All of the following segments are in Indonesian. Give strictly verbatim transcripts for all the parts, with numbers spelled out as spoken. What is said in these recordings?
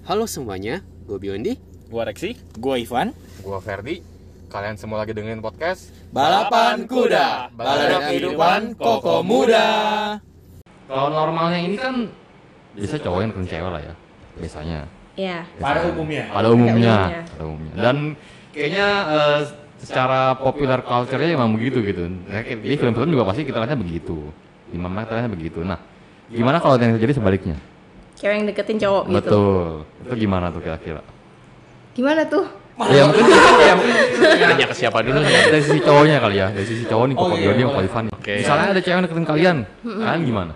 Halo semuanya, gue Biondi. Gua Reksi. Gua Ivan. Gua Ferdi. Kalian semua lagi dengerin podcast Balapan Kuda, balada kehidupan Koko Muda. Kalau normalnya ini kan biasa cowok yang neken cewek lah ya, biasanya. Iya. Pada umumnya. Pada umumnya. umumnya. Pada umumnya. Dan kayaknya uh, secara popular culture-nya emang begitu gitu. Jadi film-film juga pasti kita lihatnya begitu. Di mana kita lihatnya begitu. Nah, gimana kalau yang terjadi sebaliknya? Cewek yang deketin cowok gitu. Betul. Itu gimana tuh kira-kira? Gimana tuh? Ya mungkin ya mungkin Nanya ke siapa dulu? dari sisi cowoknya kali ya, dari sisi cowok nih, Koko Oh, iya, Biondi iya. sama Koko Ivan nih. Oke. Misalnya ada cewek yang deketin kalian, kalian gimana?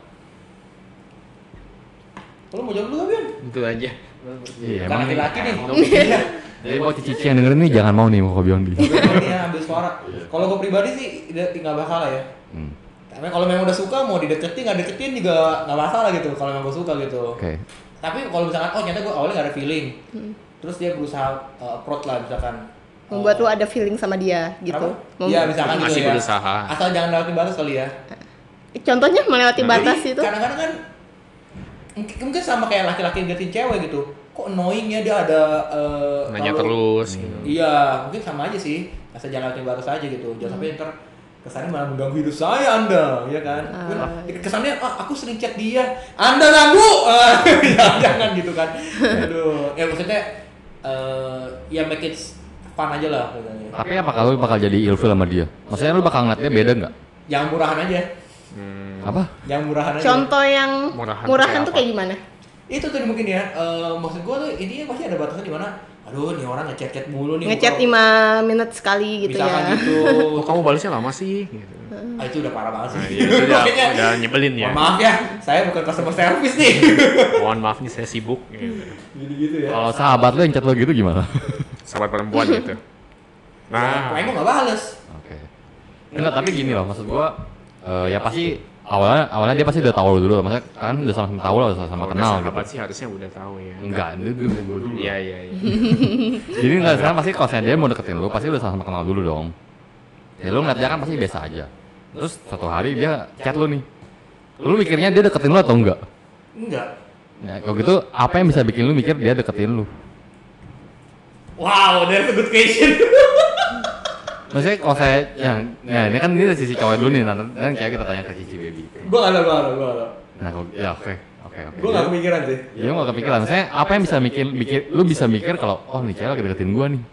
Lu mau jawab dulu kan, Bion? Itu aja. Iya, Kan emang laki-laki nih. jadi buat cici yang dengerin nih jangan mau nih Koko Biondi. Ini ya ambil suara. Kalau gua pribadi sih nggak masalah ya. Hmm. Karena kalau memang udah suka mau dideketin nggak deketin juga nggak masalah gitu. Kalau memang gua suka gitu. Oke. Tapi kalau misalkan oh ternyata gua awalnya nggak ada feeling, terus dia berusaha uh, approach lah misalkan. Membuat uh, lu ada feeling sama dia gitu. Kenapa? Mem- Iya misalkan Masih gitu ya. berusaha. Asal jangan lewati batas kali ya. Contohnya melewati Nah, batas Jadi, itu. kadang-kadang kan mungkin mungkin sama kayak laki-laki yang deketin cewek gitu. Kok annoying ya dia ada uh, Nanya terlalu- terus gitu. Iya, mungkin sama aja sih. Asal jangan lewati batas aja gitu. Jangan sampai ntar kesannya malah mengganggu hidup saya Anda, ya kan? Ah, Mungkin kesannya ah aku sering chat dia, Anda ganggu. Ah, jangan, jangan gitu kan. Aduh, ya maksudnya eh ya make it fun aja lah katanya. Tapi apakah lu bakal jadi ilfil sama dia? Maksudnya lu bakal ngeliat dia beda nggak? Jangan murahan aja. Hmm. Apa? Jangan murahan aja. Contoh yang Murahan murahan, tuh kayak tuh apa? kayak gimana? Itu tuh mungkin ya, eh, maksud gua tuh intinya pasti ada batasnya di mana. Aduh, nih orang ngechat-chat mulu nih. Ngechat gua- lima menit sekali gitu misalkan ya. gitu. Kok kamu balasnya lama sih? Gitu. Ah, itu udah parah banget sih. Nah, iya, itu udah, Makanya, udah nyebelin ya. mohon maaf ya, saya bukan customer service nih. Mohon maaf nih saya sibuk. Gitu. Gitu-gitu ya. Kalau sahabat lu yang chat lu gitu gimana? Sahabat perempuan gitu. Nah, Nah, gua nggak bales. Oke. Enggak, tapi gini loh, maksud gua eh, ya pasti awalnya awalnya dia pasti udah tahu lu dulu, maksudnya kan udah sama-sama tahu lah, udah sama kalau kenal udah gitu. sahabat sih harusnya udah tahu ya. Enggak, itu dulu gua dulu. Iya iya iya. Jadi enggak, sekarang pasti kalau misalnya dia mau deketin lu, pasti udah sama-sama kenal dulu dong. Ya lu ngeliat dia kan pasti biasa aja. Terus suatu hari dia chat lu nih. Lu mikirnya dia deketin lu atau enggak? Enggak. Ya, kalau gitu apa yang bisa bikin lu mikir dia deketin lu? Wow, that's a good question. Maksudnya kalau saya, ya, ya ini kan ini dari sisi cowok dulu nih, nanti kan kayak kita tanya ke Cici Baby. Gua nggak ada, gua nggak ada, gua nggak ada. Nah, kalau, ya oke, oke, oke. Gua nggak kepikiran sih. Ya nggak kepikiran. Maksudnya apa yang bisa mikir, mikir, lu bisa mikir kalau oh nih cewek lagi deketin gua nih.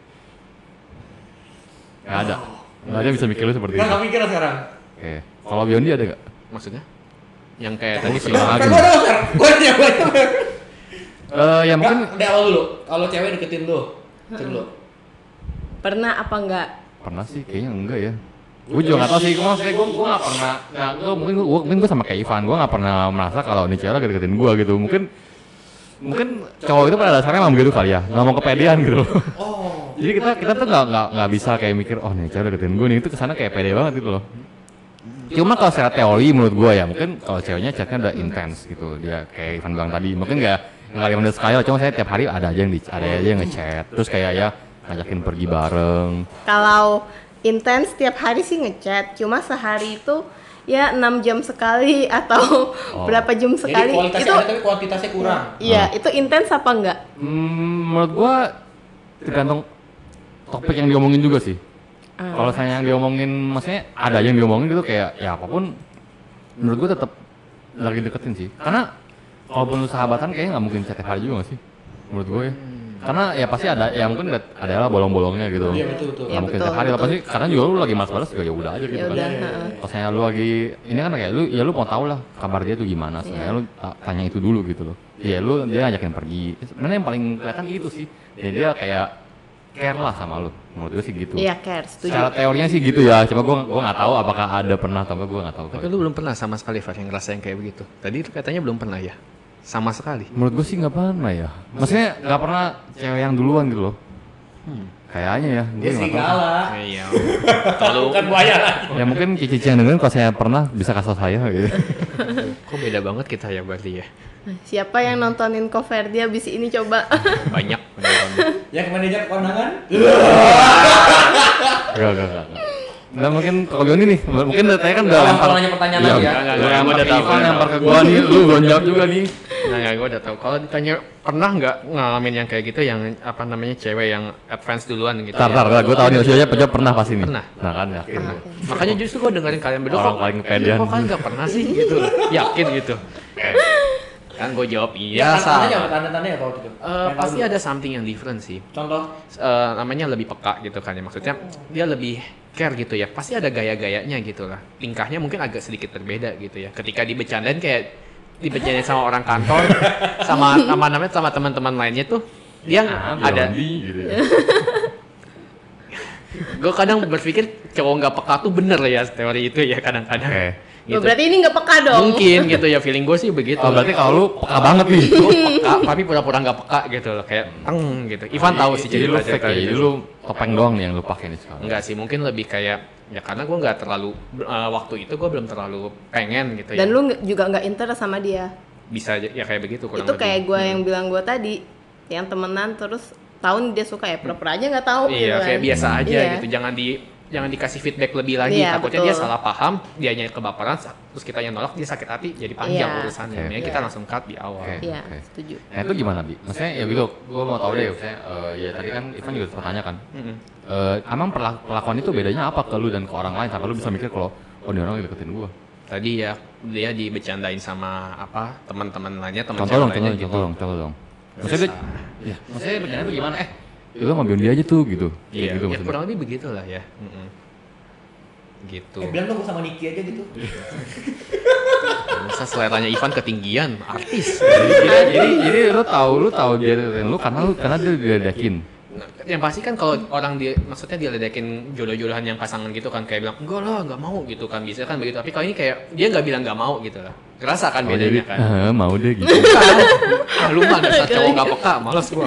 Nggak ada, nggak ada yang bisa mikir lu seperti Nggak itu. kepikiran sekarang. Oke, kalau Biondi ada nggak? Maksudnya? Yang kayak tadi Tadi sih. silang lagi. Kan gua ada sekarang. Gua ada yang banyak. Eh, ya mungkin Nggak, dari awal dulu. Kalau cewek deketin lu, cek lu. Pernah apa enggak? pernah sih, kayaknya enggak ya. Gue juga nggak tahu sih, gue maksudnya gue gue nggak pernah. Nah, gue mungkin gue mungkin gue sama kayak Ivan, gue nggak pernah merasa kalau nih cewek lagi deketin gue gitu. Mungkin mungkin cowok itu pada dasarnya emang begitu kali ya, nggak mau kepedean gitu loh. Oh. Jadi kita kita tuh nggak nggak nggak bisa kayak mikir oh nih cewek deketin gue nih, itu kesana kayak pede banget gitu loh. Cuma kalau secara teori menurut gue ya mungkin kalau ceweknya chatnya udah intens gitu, dia kayak Ivan bilang tadi mungkin nggak nggak lima menit sekali lah, cuma saya tiap hari ada aja yang di, ada aja yang ngechat, terus kayak ya ngajakin pergi bareng. Kalau intens tiap hari sih ngechat, cuma sehari itu ya enam jam sekali atau Oh. berapa jam Jadi sekali. kualitasnya Itu ada tapi kuantitasnya kurang. iya, itu intens apa enggak? Hmm, menurut gua tergantung topik yang diomongin juga sih. Ah. Kalau saya yang diomongin, maksudnya ada aja yang diomongin gitu kayak ya apapun, menurut gua tetap lagi deketin sih. Karena kalaupun lu sahabatan kayaknya nggak mungkin chat tiap hari juga nggak sih? Menurut gua ya. Karena ya pasti ada, ya mungkin adalah bolong-bolongnya gitu. Iya betul betul. Nggak Iya, mungkin betul, tiap hari lah betul. pasti. Karena juga lu lagi malas-malas juga ya udah aja gitu Ya kan. udah, heeh. Kalau saya lu lagi ini kan kayak lu ya lu mau tahu lah kabar dia tuh gimana, sebenarnya lu ta- tanya itu dulu gitu loh. Iya lu dia ngajakin pergi. Sebenarnya yang paling kelihatan itu sih. Ya dia kayak care lah sama lu. Menurut gue sih gitu. Iya, care, setuju. Secara teorinya sih gitu ya. Cuma gua gua nggak tahu apakah ada pernah atau enggak, gua nggak tahu. Tapi lu belum pernah sama sekali Far yang ngerasain kayak begitu. Tadi itu katanya belum pernah ya. Sama sekali. Menurut gue sih nggak pernah ya. Maksudnya nggak pernah cewek yang duluan gitu loh. Hmm. Kayaknya ya. Dia Gua nggak tahu. serigala. Iya. Kalau Bukan buaya lagi. Ya mungkin cici yang dengerin kalau saya pernah bisa kasih saya gitu. kok beda banget kita ya berarti ya. Siapa yang nontonin cover dia abis ini coba? Banyak penontonnya. Yang manajer kondangan? Enggak, enggak, enggak. Nah mungkin kalau Bion ini, mungkin tanya kan udah Kalau lempar. kalau nanya pertanyaan Iya, lagi ya. enggak, udah enggak, lempar udah ke tahu, Ivan, udah lempar tahu. ke gua nih, lu belum jawab juga nih. Nah, ya gue udah tahu. Kalau ditanya pernah nggak ngalamin yang kayak gitu, yang apa namanya cewek yang advance duluan gitu? Tar, ya? tar, gue tahu nih usianya pejawab pernah pasti nih. Pernah. Nah kan yakin. Pernah. gua. Makanya justru gue dengerin kalian berdua Orang kok, paling kepedean. kok kalian nggak pernah sih gitu, yakin gitu. Kan gue jawab iya, Ya, tanda-tandanya sama. apa? Tanda-tandanya apa waktu itu? Eh, Pengen pasti tahu ada something yang different sih. dulu. Contoh. Eh, namanya lebih peka gitu kan ya, maksudnya dia lebih care gitu ya, pasti ada gaya-gayanya gitu lah, tingkahnya mungkin agak sedikit berbeda gitu ya, ketika dibecandain kayak dibecandain sama orang kantor, sama sama namanya sama teman-teman lainnya tuh dia Ah, ada. Blondie gitu ya. Gue kadang berpikir cowok nggak peka tuh bener ya teori itu ya kadang-kadang. Oke. Gitu. Oh, berarti ini nggak peka dong. Mungkin gitu ya, feeling gue sih begitu. Oh berarti kalau lu peka banget nih. Gue peka tapi pura-pura nggak peka gitu loh, kayak teng gitu. Ivan tahu sih Jadi lu cerita fake ya, jadi lu topeng doang nih yang lu pakai nih sekarang. Enggak sih, mungkin lebih kayak ya karena gue nggak terlalu uh, waktu itu gue belum terlalu pengen gitu ya. Dan lu nggak- juga nggak interest sama dia. Bisa aja ya kayak begitu kurang Itu lebih. kayak gue yang bilang gue tadi, yang temenan terus tahun dia suka ya pura-pura aja nggak tahu. gitu Iya, kan. kayak biasa aja Iya. gitu. Jangan di jangan dikasih feedback lebih lagi. Iya, Takutnya betul. dia salah paham, dianya kebaperan, terus kita yang nolak, dia sakit hati, jadi panjang Iya. urusannya. Oke. Mendingan kita Iya. langsung cut di awal. Oke. Iya, Oke. setuju. Nah itu gimana Bi? Maksudnya ya gitu, gue mau tahu deh, maksudnya eh, ya tadi kan Ivan juga sempat tanya kan, Mm-mm. eh, emang perla- perlakuan itu bedanya apa ke lu dan ke orang lain sampai lu bisa mikir kalau oh ini orang lagi deketin gue. Tadi ya dia dibecandain sama apa teman-teman lainnya, teman Contoh cewek dong, contoh lainnya dong, gitu. contoh dong, contoh dong. Maksudnya dia, ya, maksudnya bercanda tuh gimana? Eh, itu sama Biondi aja tuh gitu. Kayak Iya, gitu ya maksudnya. kurang lebih begitulah ya. Mm-mm. Gitu. Eh, bilang dong gue sama Niki aja gitu. Masa seleranya Ivan ketinggian, artis. jadi, jadi, jadi lu tahu, lu tahu dia deketin lu karena lu karena dia diledekin. Nah, yang pasti kan kalau orang dia, maksudnya dia ledekin jodoh-jodohan yang pasangan gitu kan, kayak bilang enggak lah, nggak mau gitu kan, biasanya kan begitu. Tapi kalau ini kayak dia nggak bilang nggak mau gitu lah, kerasa kan Oh, bedanya jadi, kan. "Ah, mau deh gitu. Ah, lu mah dasar cowok nggak peka, malas gua.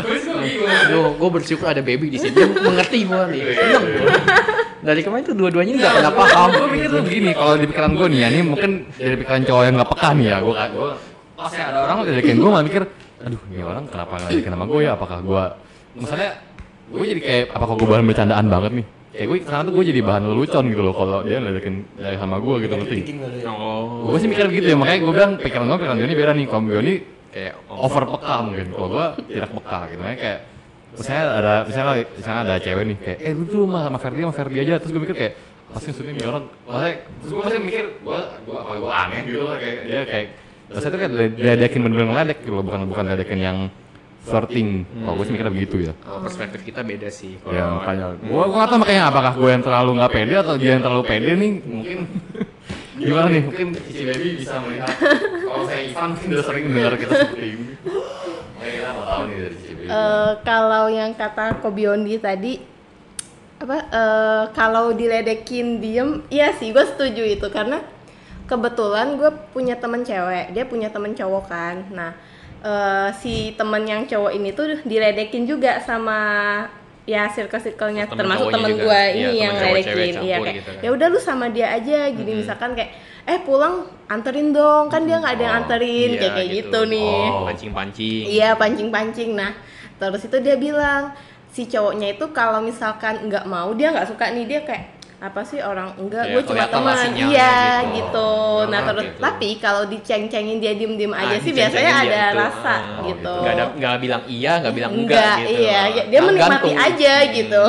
Aduh, gua bersyukur ada baby di sini, dia mengerti gua nih, seneng gua. Dari kemarin tuh dua-duanya nggak pernah paham. Gue mikir tuh begini, kalau di pikiran gue nih ya, ini mungkin dari pikiran cowok yang nggak peka nih ya, gue gue pas ada orang ledekin gue malah mikir, aduh ini orang kenapa ngeledekin sama gue ya, apakah gue, misalnya gue jadi kayak apakah gue bahan bercandaan banget nih, kayak gue sekarang tuh gue jadi bahan lelucon gitu loh kalau dia ngeledekin dari sama gue gitu ngerti. Thinking kali ya. Oh, Gue sih mikir begitu ya, makanya gue bilang pikiran gue pikiran dia ini beda nih, kalau dia ini kayak over peka mungkin, kalau gue tidak peka gitu, makanya kayak misalnya ada misalnya misalnya ada cewek nih kayak eh lu tuh mah sama Ferdi sama Ferdi aja, terus gue mikir kayak pasti maksudnya nih orang, maksudnya terus gue masih mikir gue gue apa gue aneh gitu loh, kayak dia kayak terus itu kayak ledekin bener-bener ngeledek gitu loh, bukan bukan ledekin yang flirting. Kalau gue sih mikirnya begitu ya. oh, perspektif kita beda sih. Kalau Ya makanya gue gue nggak tahu makanya apakah gue yang terlalu nggak pede atau dia yang terlalu pede nih, mungkin gimana nih, mungkin si Baby bisa melihat kalau saya Ivan mungkin udah sering dengar kita seperti ini, makanya kita mau tahu nih dari si Baby. Eh, kalau yang kata Kobiondi tadi apa eh, kalau diledekin diem, iya sih gue setuju itu karena kebetulan gue punya temen cewek, dia punya temen cowok kan. Nah eh, si temen yang cowok ini tuh diledekin juga sama ya circle-circle-nya, Temen termasuk cowoknya temen juga. gue Iya, ini temen yang cowok-cewek ledekin. Iya campur kayak gitu kan. ya udah lu sama dia aja gini, misalkan kayak eh pulang anterin dong, kan dia nggak ada yang Oh, anterin, iya, kayak kayak gitu. gitu nih. Oh. pancing-pancing. Iya, pancing-pancing. Nah, terus itu dia bilang si cowoknya itu kalau misalkan nggak mau, dia nggak suka nih, dia kayak apa sih orang enggak, Iya, gue cuma kelihatan lah teman. sinyalnya Iya, gitu. gitu. Nah, Oh, terus gitu. tapi kalau diceng-cengin dia diem-diem aja Ah, sih diceng-cengin biasanya dia ada itu. rasa Ah, oh, gitu. gitu. Nggak ada nggak bilang iya, nggak bilang enggak, Enggak, gitu. iya, ya, dia menikmati Tergantung. aja Hmm. gitu.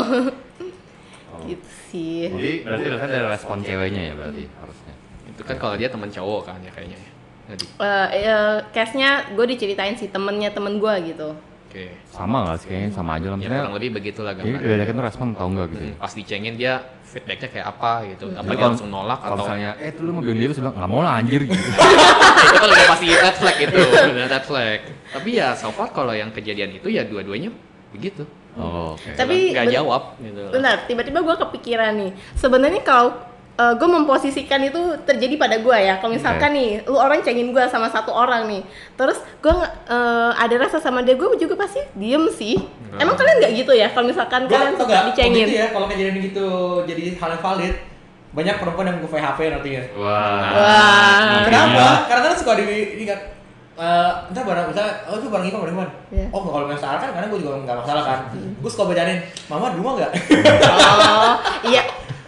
Gitu sih. Jadi berarti itu kan dari respon ceweknya ya berarti harusnya. Itu kan kalau dia teman cowok kan ya kayaknya. ya. Tadi. Eh, eh, case-nya gue diceritain si temennya temen gue gitu. Oke. Sama nggak sih kayaknya sama aja lah Ya maksudnya. kurang lebih begitulah Jadi gambarnya. dia tuh respon tau nggak gitu. Hmm, pas dicengin dia feedbacknya kayak apa gitu. Apa Jadi dia kalau- langsung nolak Kalau atau misalnya eh tuh lu mau bilang dia terus bilang nggak mau lah anjir gitu. itu kan udah pasti red flag itu, udah red flag. Tapi ya so far kalau yang kejadian itu ya dua-duanya begitu. Oh, oke. Tapi nggak ben- jawab gitu. Benar, tiba-tiba gue kepikiran nih. Sebenarnya kalau gue memposisikan itu terjadi pada gue ya. Kalau misalkan nih, lu orang cengin gue sama satu orang nih, terus gue ada rasa sama dia, gue juga pasti diem sih. Nah. Emang kalian nggak gitu ya? Kalau misalkan Gua kalian tau suka gak, dicengin? gitu ya, kalau kejadian gitu jadi hal yang valid, banyak perempuan yang gue V H P nantinya. Wah. Wah. Kenapa? Karena kan suka di, di kan, eh entah barang misalnya, oh itu barang Ivan, barang Ivan. Iya. Oh kalau masalah kan, karena gue juga nggak masalah kan. Gue suka bacain, mama di rumah nggak? Oh, iya.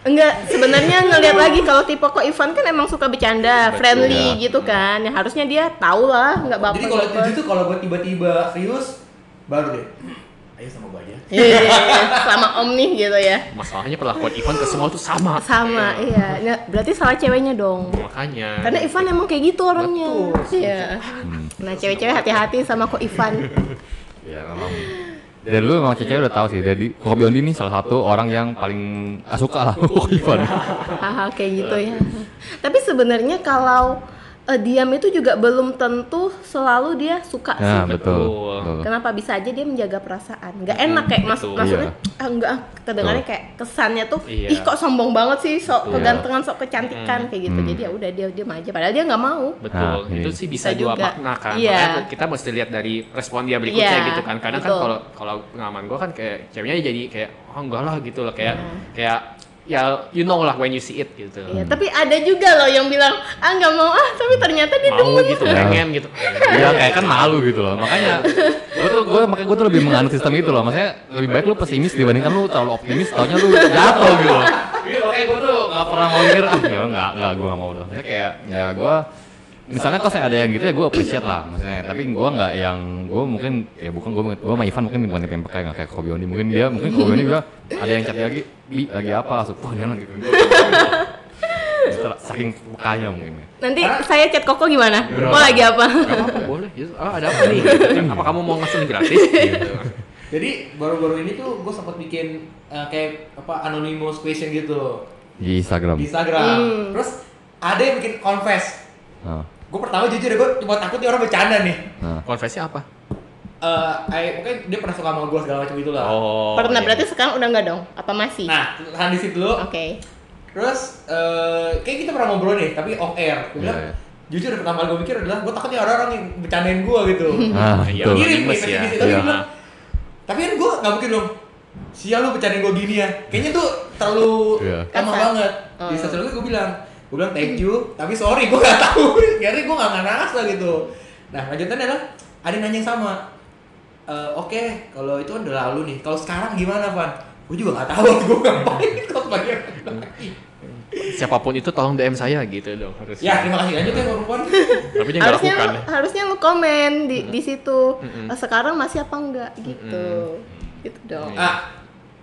Enggak, sebenarnya ngelihat lagi kalau tipe Ko Ivan kan emang suka bercanda, Betul, friendly ya. gitu kan. Ya harusnya dia tahu lah, nggak baper. Jadi kalau itu tuh kalau buat tiba-tiba serius baru deh. Ayo sama gua aja. Iya, iya, iya. Sama Om nih gitu ya. Masalahnya perlakuan Ivan ke semua tuh sama. Sama, iya. Nah, berarti salah ceweknya dong. Makanya. Karena Ivan emang kayak gitu orangnya. Betul. Iya. Nah, cewek-cewek hati-hati sama Ko Ivan. Ya memang. Dari dulu memang Cece udah tahu sih. Dari Ko Biondi ini salah satu orang yang paling ah, suka lah Ko Ivan. Hal-hal kayak gitu ya. Tapi sebenarnya kalau eh, diam itu juga belum tentu selalu dia suka sih. Nah, betul. Betul. betul. Kenapa bisa aja dia menjaga perasaan? Nggak enak kayak mas, betul. maksudnya Iya. ah, enggak ah, kedengarannya kayak kesannya tuh Iya. ih kok sombong banget sih, sok Betul. kegantengan, sok kecantikan kayak gitu. Hmm. Jadi ya udah dia diam aja padahal dia nggak mau. Betul, Nah, itu ini. sih bisa, Bisa dua juga. makna kan. Iya. Makanya kita mesti lihat dari respon dia berikutnya Iya, gitu kan. Kadang kan betul. kalau kalau pengalaman gue kan kayak ceweknya jadi kayak oh enggak lah gitu loh kayak kayak ya you know lah when you see it gitu. Iya, tapi ada juga loh yang bilang ah nggak mau ah, tapi ternyata dia Mau demen. gitu, Ya. pengen gitu. Iya kayak kan malu gitu loh. Makanya gue tuh gue makanya gue tuh lebih menganut sistem itu loh. Maksudnya lebih baik lu pesimis dibandingkan lu terlalu optimis, taunya lu jatuh gitu loh. Iya makanya gue tuh nggak pernah mau mikir ah ya nggak nggak gue nggak mau udah. Maksudnya kayak ya gue misalnya kalau saya ada yang gitu ya gue appreciate lah maksudnya. Tapi gue nggak yang gue mungkin ya bukan gue gue sama Ivan mungkin bukan tipe yang pakai nggak kayak Ko Biondi. Mungkin dia mungkin Ko Biondi bilang ada yang chat dia lagi bi lagi apa langsung wah dia lagi gitu. Setelah saking pekanya mungkin. ya. Nanti saya chat Koko gimana? Mau lagi apa? Gak apa-apa, boleh. Ya, ah, ada apa nih? Gitu. Apa kamu mau ngasih gratis? Gitu. Jadi baru-baru ini tuh gue sempat bikin uh, kayak apa anonymous question gitu Di Instagram. di Instagram. Hmm. Terus ada yang bikin confess. Nah, Gue pertama jujur ya gue cuma takut nih orang bercanda nih. nah. Konversinya apa? Eh, I- mungkin dia pernah suka sama gue segala macam gitu lah. Oh. Pernah iya. berarti sekarang udah nggak dong? Apa masih? Nah, tahan di situ dulu. Oke. Terus eh kayak kita pernah ngobrol nih, tapi off air. Gue bilang, Iya, iya. jujur pertama kali gue mikir adalah gue takutnya orang-orang yang bercandain gue gitu. Ah, Iya, betul. Ngirim nih, Anonymous ya. pesimis. Tapi Iya. dia bilang, tapi kan gue nggak mungkin dong. Sial lu bercandain gue gini ya. Kayaknya tuh terlalu Iya. lemah Kasar. banget. Di Hmm. sosial media gue bilang, gue bilang thank you, tapi sorry gue nggak tahu. Karena gue nggak ngerasa gitu. Nah lanjutannya adalah ada yang nanya yang sama. Eh, Oke, kalau itu udah lalu nih. Kalau sekarang gimana, Van? Gue juga nggak tahu gue ngapain kalau bagian lagi. Siapapun itu tolong D M saya gitu dong harus. Ya terima kasih lanjut ya perempuan. Tapi dia nggak Harusnya lakukan. lu, harusnya lu komen di di situ. Mm-mm. "Eh, sekarang masih apa enggak gitu. Gitu dong. Ah,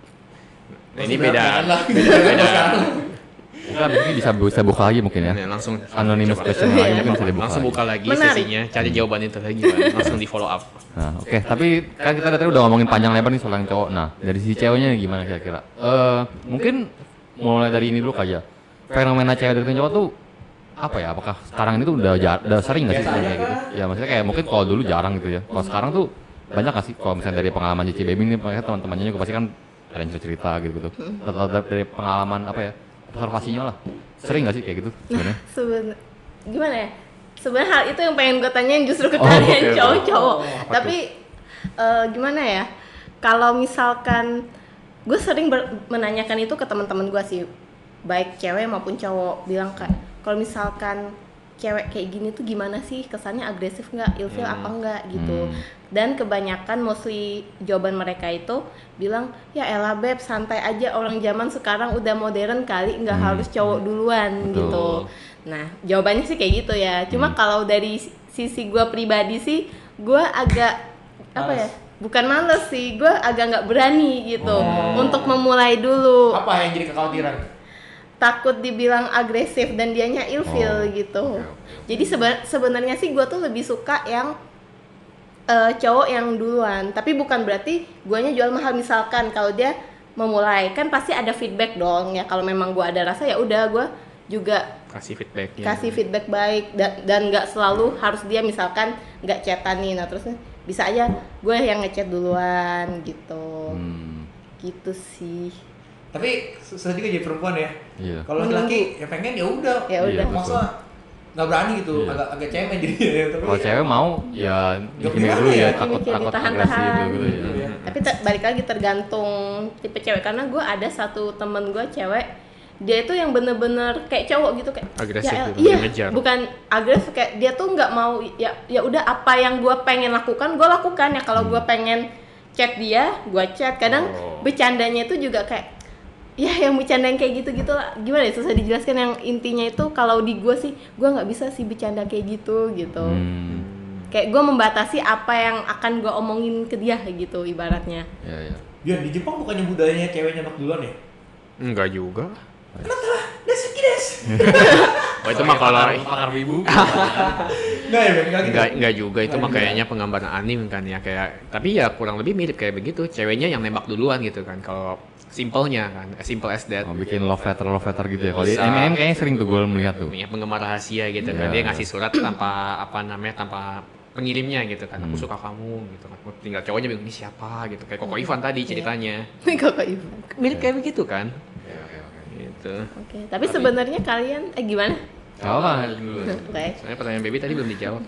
Nah, ini masih beda. berat lah. Beda. beda. Sekarang. Mungkin mungkin bisa bisa buka lagi mungkin ya. Nih, langsung Anonymous coba. question Iya. lagi mungkin bisa dibuka. Langsung lagi. buka lagi Menarik. sesinya, cari jawaban itu lagi, Bang. Langsung di follow up. Nah, oke. Tapi kan kita tadi udah ngomongin panjang lebar nih soal yang cowok. Nah, dari sisi ceweknya gimana kira-kira? Eh, mungkin mulai dari ini dulu aja. Fenomena cewek dari cowok tuh apa ya? Apakah sekarang ini tuh udah jar- udah sering nggak sih Biasa aja kayak gitu? kah? Ya maksudnya kayak mungkin kalau dulu jarang gitu ya. Kalau sekarang tuh banyak nggak sih? Kalau misalnya dari pengalaman Cici Baby ini, mereka teman-temannya juga pasti kan ada yang cerita gitu gitu. Atau dari pengalaman apa ya? Observasinya lah. Sering nggak sih kayak gitu sebenarnya? Seben gimana ya? Sebenarnya hal itu yang pengen gue tanyain justru ke Oh, kalian oke, oke. cowok-cowok. Oh, apa Tapi eh, gimana ya? Kalau misalkan gue sering ber- menanyakan itu ke teman-teman gue sih, baik cewek maupun cowok, bilang kayak kalau misalkan cewek kayak gini tuh gimana sih, kesannya agresif nggak, ilfil apa enggak gitu. Hmm. Dan kebanyakan mostly jawaban mereka itu bilang ya elah beb santai aja, orang zaman sekarang udah modern kali, nggak Hmm. harus cowok duluan Betul. gitu. Nah jawabannya sih kayak gitu ya. Cuma Hmm. kalau dari sisi gue pribadi sih, gue agak apa ya? Males. Bukan males sih, gue agak nggak berani gitu Oh. untuk memulai dulu. Apa yang jadi kekhawatiran? Takut dibilang agresif dan dianya ilfil Oh, gitu. oke, oke. Jadi seba- sebenarnya sih gue tuh lebih suka yang eh, cowok yang duluan. Tapi bukan berarti guanya jual mahal. Misalkan kalau dia memulai kan pasti ada feedback dong ya. Kalau memang gue ada rasa ya udah gue juga Kasih feedbacknya. kasih feedback baik dan dan nggak selalu harus dia misalkan nggak chatan nih. Nah terus bisa aja gue yang ngechat duluan gitu. Hmm. Gitu sih. Tapi susah juga jadi perempuan ya. Iya. Kalau laki ya pengen ya udah. Ya Iya, udah. betul. Masa nggak berani gitu, Iya. agak agak cemen jadinya. Tapi Kalau cewek mau ya Gak gini berani dulu ya, ya, takut mikir, takut ditahan-tahan. agresif gitu gitu ya. Iya. Tapi te- balik lagi tergantung tipe cewek, karena gue ada satu temen gue cewek, dia itu yang bener-bener kayak cowok gitu kayak Agresif ya, gitu, iya, dia ngejar. bukan agresif, kayak dia tuh nggak mau ya ya udah apa yang gue pengen lakukan gue lakukan ya. Kalau gue pengen chat dia gue chat, kadang Oh. bercandanya itu juga kayak ya yang bercanda yang kayak gitu-gitu lah. Gimana ya, susah dijelaskan. Yang intinya itu kalau di gue sih, gue nggak bisa sih bercanda kayak gitu gitu. Hmm. Kayak gue membatasi apa yang akan gue omongin ke dia gitu ibaratnya. Ya ya. Biar di Jepang bukannya budayanya cewek nembak duluan ya? Enggak juga. Desuki des. Oh itu mah kalau pakar wibu. Enggak ya, enggak gitu. enggak enggak juga itu mah kayaknya penggambaran anim kan ya kayak tapi ya kurang lebih mirip kayak begitu. Ceweknya yang nembak duluan gitu kan. Kalau simpelnya kan, as simple as that. Oh, bikin love letter love letter gitu ya. Kalau di Bisa. anime kayaknya sering tuh gue melihat tuh. Ya, penggemar rahasia gitu kan. Iya. Dia ngasih surat tanpa apa namanya tanpa pengirimnya gitu kan. Aku Hmm. suka kamu gitu kan. Tinggal cowoknya bingung ini siapa gitu. Kayak Koko Ivan tadi ceritanya. Kakak Ivan. Mirip kayak begitu kan. Gitu. Oke, tapi sebenarnya kalian eh gimana? Gak apa dulu. Oke. Soalnya pertanyaan Baby tadi belum dijawab.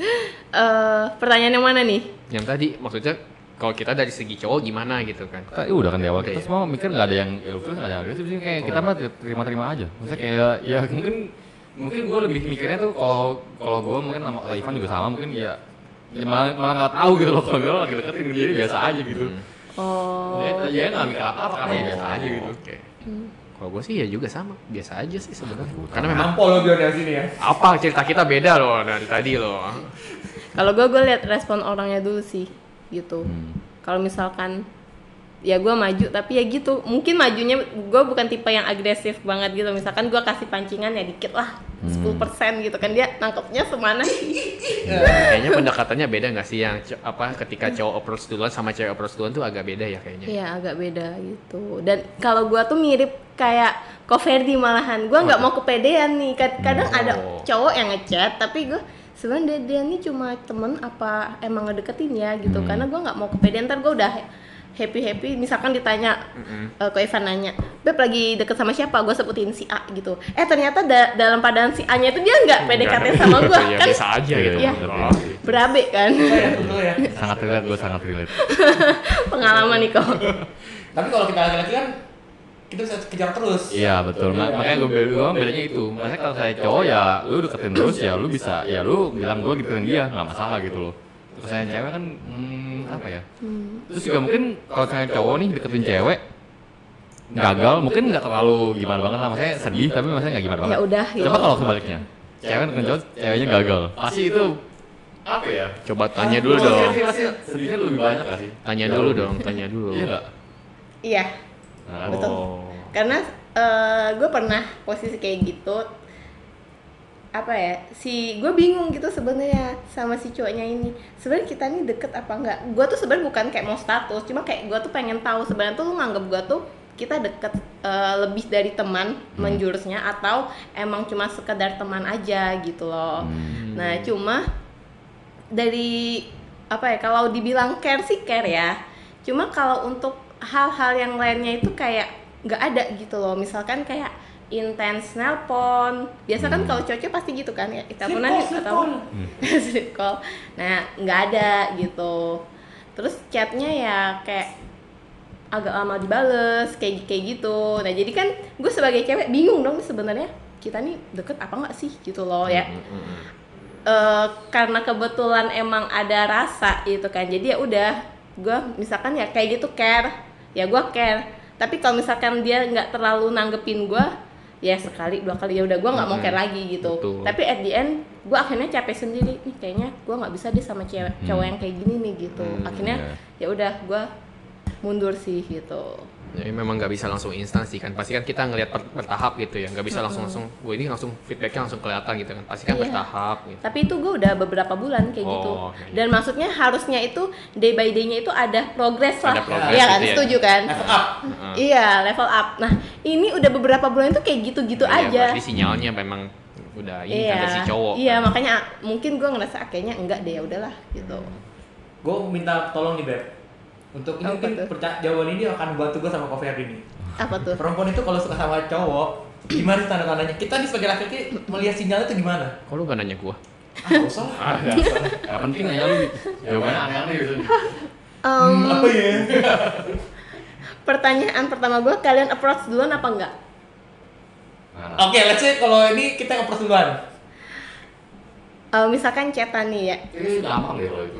Eh, pertanyaan yang mana nih? Yang tadi maksudnya kalau kita dari segi cowok gimana gitu kan. Kita udah kan di awal Oke. kita semua mikir nggak ada yang ilfil nggak ada yang agresif sih kayak kita mah terima-terima aja. Maksudnya kayak ya mungkin mungkin gue lebih mikirnya tuh kalau kalau gue mungkin sama Ivan juga sama mungkin ya ya malah malah nggak tahu gitu loh kalau gue lagi deketin dia biasa aja gitu. Oh. Ya ya nggak mikir apa apa karena ya biasa aja gitu. Oke. Kalau gue sih ya juga sama, biasa aja sih sebenarnya. Karena memang Nampol lo biar dari sini ya. apa cerita kita beda loh dari tadi loh. Kalau gue gue lihat respon orangnya dulu sih gitu. Hmm. Kalau misalkan ya gue maju tapi ya gitu mungkin majunya gue bukan tipe yang agresif banget gitu, misalkan gue kasih pancingan ya dikit lah sepuluh persen gitu kan, dia nangkepnya semana sih. Kayaknya pendekatannya beda nggak sih yang co- apa ketika cowok approach duluan sama cewek approach duluan tuh agak beda ya kayaknya. Iya agak beda gitu. Dan kalau gue tuh mirip kayak Ko Ferdi malahan, gue nggak mau kepedean nih. Kad- kadang Oh. ada cowok yang ngechat tapi gue sebenarnya dia, dia nih cuma temen apa emang ngedeketin ya gitu, karena gue nggak mau kepedean. Ntar gue udah happy happy misalkan ditanya Mm-mm. uh, ke Evan nanya, Beb lagi deket sama siapa, gue sebutin si A gitu, eh ternyata da- dalam padaan si A nya itu dia nggak P D K T sama gue Ya kan, biasa aja gitu. Iya. Oh. berabe kan. Betul ya, betul ya. Sangat relate, gue sangat relate. Pengalaman nih kok. Tapi kalau kita laki-laki kan kita bisa kejar terus. Iya betul, Ma- makanya gue bilang bedanya itu. Maksudnya kalau saya cowok ya lu deketin terus ya lu bisa, ya lu bilang gue deketin dia nggak masalah gitu loh. Terus saya cewek kan hmm, apa ya? Terus juga mungkin kalau saya cowok nih deketin cewek gagal mungkin nggak terlalu gimana banget lah, maksudnya sedih tapi maksudnya nggak gimana banget. Ya udah gitu. Coba kalau sebaliknya, cewek deketin cowok, ceweknya gagal, pasti itu apa ya? Coba tanya dulu Pasti- dong. Pasti sedihnya lebih banyak gak sih? Tanya dulu dong, tanya dulu. Iya nggak? Iya. Nah, Betul. Oh. Karena gue pernah posisi kayak gitu, apa ya, si gue bingung gitu sebenarnya sama si cowoknya ini, sebenarnya kita nih deket apa enggak. Gue tuh sebenarnya bukan kayak mau status, cuma kayak gue tuh pengen tahu sebenarnya tuh lu nganggep gue tuh kita deket eh, lebih dari teman menjurusnya atau emang cuma sekedar teman aja gitu loh. Hmm. Nah cuma dari apa ya, kalau dibilang care sih care ya, cuma kalau untuk hal-hal yang lainnya itu kayak nggak ada gitu loh. Misalkan kayak intens nelpon, biasa kan kalau cowok pasti gitu kan ya, teleponan Sleep call, atau sleep call. Nah nggak ada gitu. Terus chatnya ya kayak agak lama dibales kayak kayak gitu. Nah jadi kan gue sebagai cewek bingung dong sebenarnya kita nih deket apa nggak sih gitu loh ya. Eh, karena kebetulan emang ada rasa gitu kan, jadi ya udah gue misalkan ya kayak gitu care, ya gue care. Tapi kalau misalkan dia nggak terlalu nanggepin gue, ya sekali dua kali ya udah gue nggak mau care lagi gitu. Betul. Tapi at the end gue akhirnya capek sendiri nih, kayaknya gue nggak bisa deh sama cewek cowok yang kayak gini nih gitu. Akhirnya ya udah gue mundur sih gitu. Jadi memang nggak bisa langsung instan sih kan, pasti kan kita ngelihat per- bertahap gitu ya, nggak bisa langsung langsung gue ini langsung feedbacknya langsung kelihatan gitu kan, pasti kan Iya. bertahap gitu. Tapi itu gue udah beberapa bulan kayak Oh, gitu. oke. Dan maksudnya harusnya itu day by day-nya itu ada progres lah. Ada progres Iya kan, gitu ya. setuju kan? Level up. Heeh. Iya, level up. Nah, ini udah beberapa bulan itu kayak gitu-gitu Iya, aja. berarti sinyalnya memang udah ini Iya. kan dari si cowok. Iya, kan. makanya mungkin gue ngerasa ah, kayaknya enggak deh, ya udahlah gitu. Gue minta tolong nih Beb. Untuk ini Apa mungkin tuh? perca- jawaban ini akan membantu gue sama Ko Ferdi nih. Apa tuh? Perempuan itu kalau suka sama cowok, gimana sih tanda-tandanya? Kita nih sebagai laki-laki melihat sinyalnya itu gimana? Kok lu gak nanya gua? Ah, gak usah lah. Ah, Gak penting nanya lu, jawabannya aneh-aneh gitu. Um, Apa ya? pertanyaan pertama gue, kalian approach duluan apa enggak? Nah, Oke, let's say kalau ini kita nge-approach duluan. Eh, misalkan chatan nih ya, ini gampang deh kalau itu.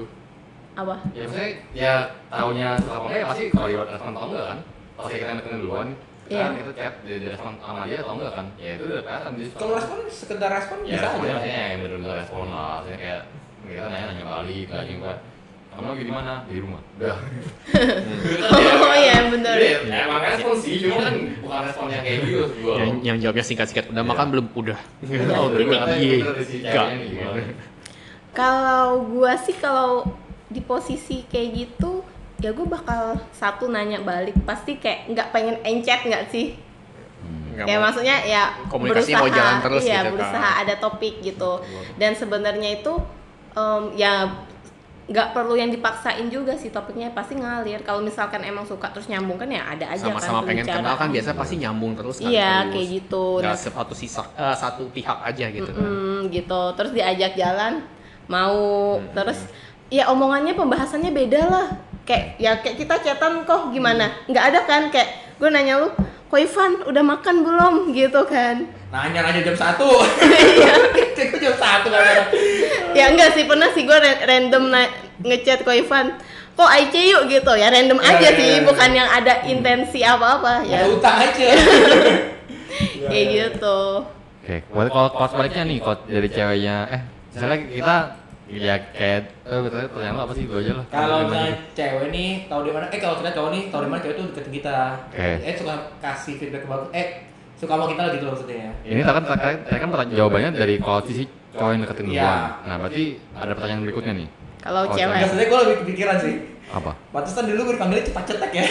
apa? Ya maksudnya ya taunya suka apa enggak ya pasti kalau dia respon tau enggak kan. Kalau saya kita nekenin duluan, Iya. Kan itu chat dia dia respon sama dia atau enggak kan? Ya itu udah kelihatan dia suka. Kalau respon sekedar respon ya bisa responnya aja. maksudnya yang bener-bener respon lah, maksudnya kayak kita nanya nanya balik lagi gua. Kamu lagi di mana? Di rumah. Udah. Oh iya benar. Iya, emang respon sih, cuma kan bukan respon yang kayak gitu gua. Yang, yang jawabnya singkat-singkat, udah Iya. makan belum? Udah. Oh, Udah bilang iya. Enggak. Kalau gua sih kalau di posisi kayak gitu ya gue bakal satu nanya balik pasti kayak nggak pengen encet nggak sih Nggak ya mau. maksudnya ya Komunikasinya berusaha mau jalan terus iya gitu kan. berusaha ada topik gitu dan sebenarnya itu em, ya nggak perlu yang dipaksain juga sih topiknya pasti ngalir kalau misalkan emang suka terus nyambung kan ya ada aja Sama-sama kan pengen kenal kan pembicaraan. biasa pasti nyambung terus kan. Iya, terus. kayak gitu. Nggak Nah, satu sisa eh, satu pihak aja gitu kan. Mm, gitu terus diajak jalan mau terus ya omongannya pembahasannya beda lah kayak ya kayak kita chatan kok gimana nggak ada kan kayak gue nanya lu kok Ivan udah makan belum gitu kan Nanya-nanya jam satu. Cek gue jam satu kan. ya enggak sih pernah sih gue ra- random na- ngechat kok Ivan kok I C yuk gitu ya random Ya, aja ya, sih ya, ya. bukan yang ada intensi apa-apa Ya ya utang aja. kayak gitu Oke, kalau kalau kalau sebaliknya nih, kalau dari ceweknya, eh, misalnya kita ya kayak, eh betulnya pertanyaan lo apa sih, gue aja lah. Kalau misalnya cewek nih tahu di mana, eh kalau kita cowok nih tahu di mana cewek tuh deketin kita. Oke. Eh suka kasih feedback ke bagus. Eh suka sama kita lah gitu loh maksudnya ya. Ini kan tadi tadi kan pertanyaan jawabannya dari kalau sisi cowok yang deketin Iya. gua. Nah, berarti ada pertanyaan berikutnya nih. kalau Oh, cewek Enggak sebenarnya gue lebih kepikiran sih. Apa? Pantesan dulu gue dipanggilnya cepat cetek ya.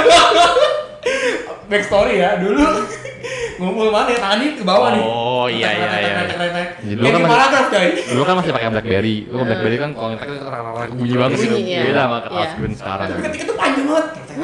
Back story ya, dulu ngumpul mana ya, tangannya ke bawah nih. Oh, iya, iya, iya. Jadi dulu Kayak kan di masih- paragraf coy. Dulu kan masih pakai BlackBerry. Lu kan BlackBerry kan kalau ngetek itu bunyi banget sih. Bunyi, iya. Beda sama Iya. kelas gue sekarang. Tapi ketika itu panjang banget.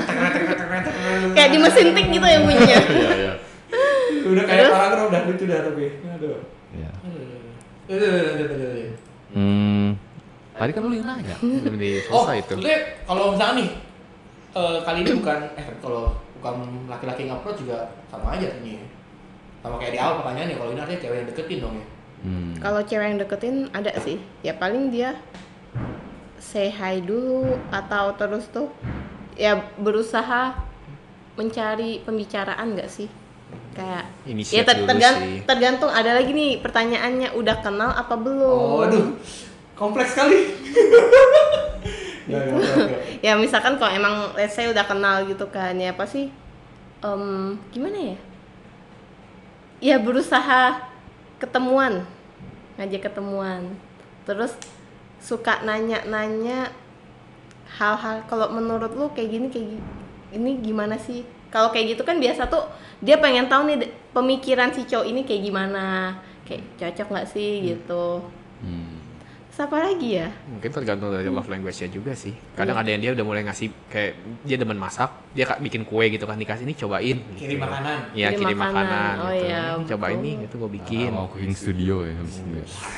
kayak di mesin tik gitu ya bunyinya Iya, iya. Udah kayak Terus? paragraf udah lucu dah tapi. Aduh. Iya. Aduh, aduh, aduh, aduh. Hmm. Tadi kan lu yang nanya. Belum Oh, selesai itu. maksudnya kalau misalnya nih eh, kali ini bukan eh kalau bukan laki-laki ngapproach juga sama aja artinya. Sama kayak di awal pertanyaannya, kalau ini artinya cewek yang deketin dong ya. Hmm. Kalau cewek yang deketin ada sih, ya paling dia say hi dulu atau terus tuh ya berusaha mencari pembicaraan nggak sih? Kayak Inisiat ya ter- dulu tergan- sih. tergantung ada lagi nih pertanyaannya udah kenal apa belum? Oh, aduh. Kompleks sekali. Ya, ya, ya, ya. Ya misalkan kalau emang let's say udah kenal gitu kan ya apa sih? Em, gimana ya? Ya berusaha ketemuan, ngajak ketemuan. Terus suka nanya-nanya hal-hal kalau menurut lu kayak gini kayak gini, ini gimana sih? Kalau kayak gitu kan biasa tuh dia pengen tahu nih de- pemikiran si cowok ini kayak gimana, kayak cocok nggak sih gitu. Hmm. Terus apa lagi ya? Mungkin tergantung dari love language-nya juga sih. Kadang ada yang dia udah mulai ngasih kayak dia demen masak, dia kak bikin kue gitu kan dikasih ini cobain. Kirim makanan. Iya, Kirim kirim makanan. makanan, Oh gitu. iya, Ini cobain betul. nih gitu gue Ah, bikin. mau cooking studio ya habis ini.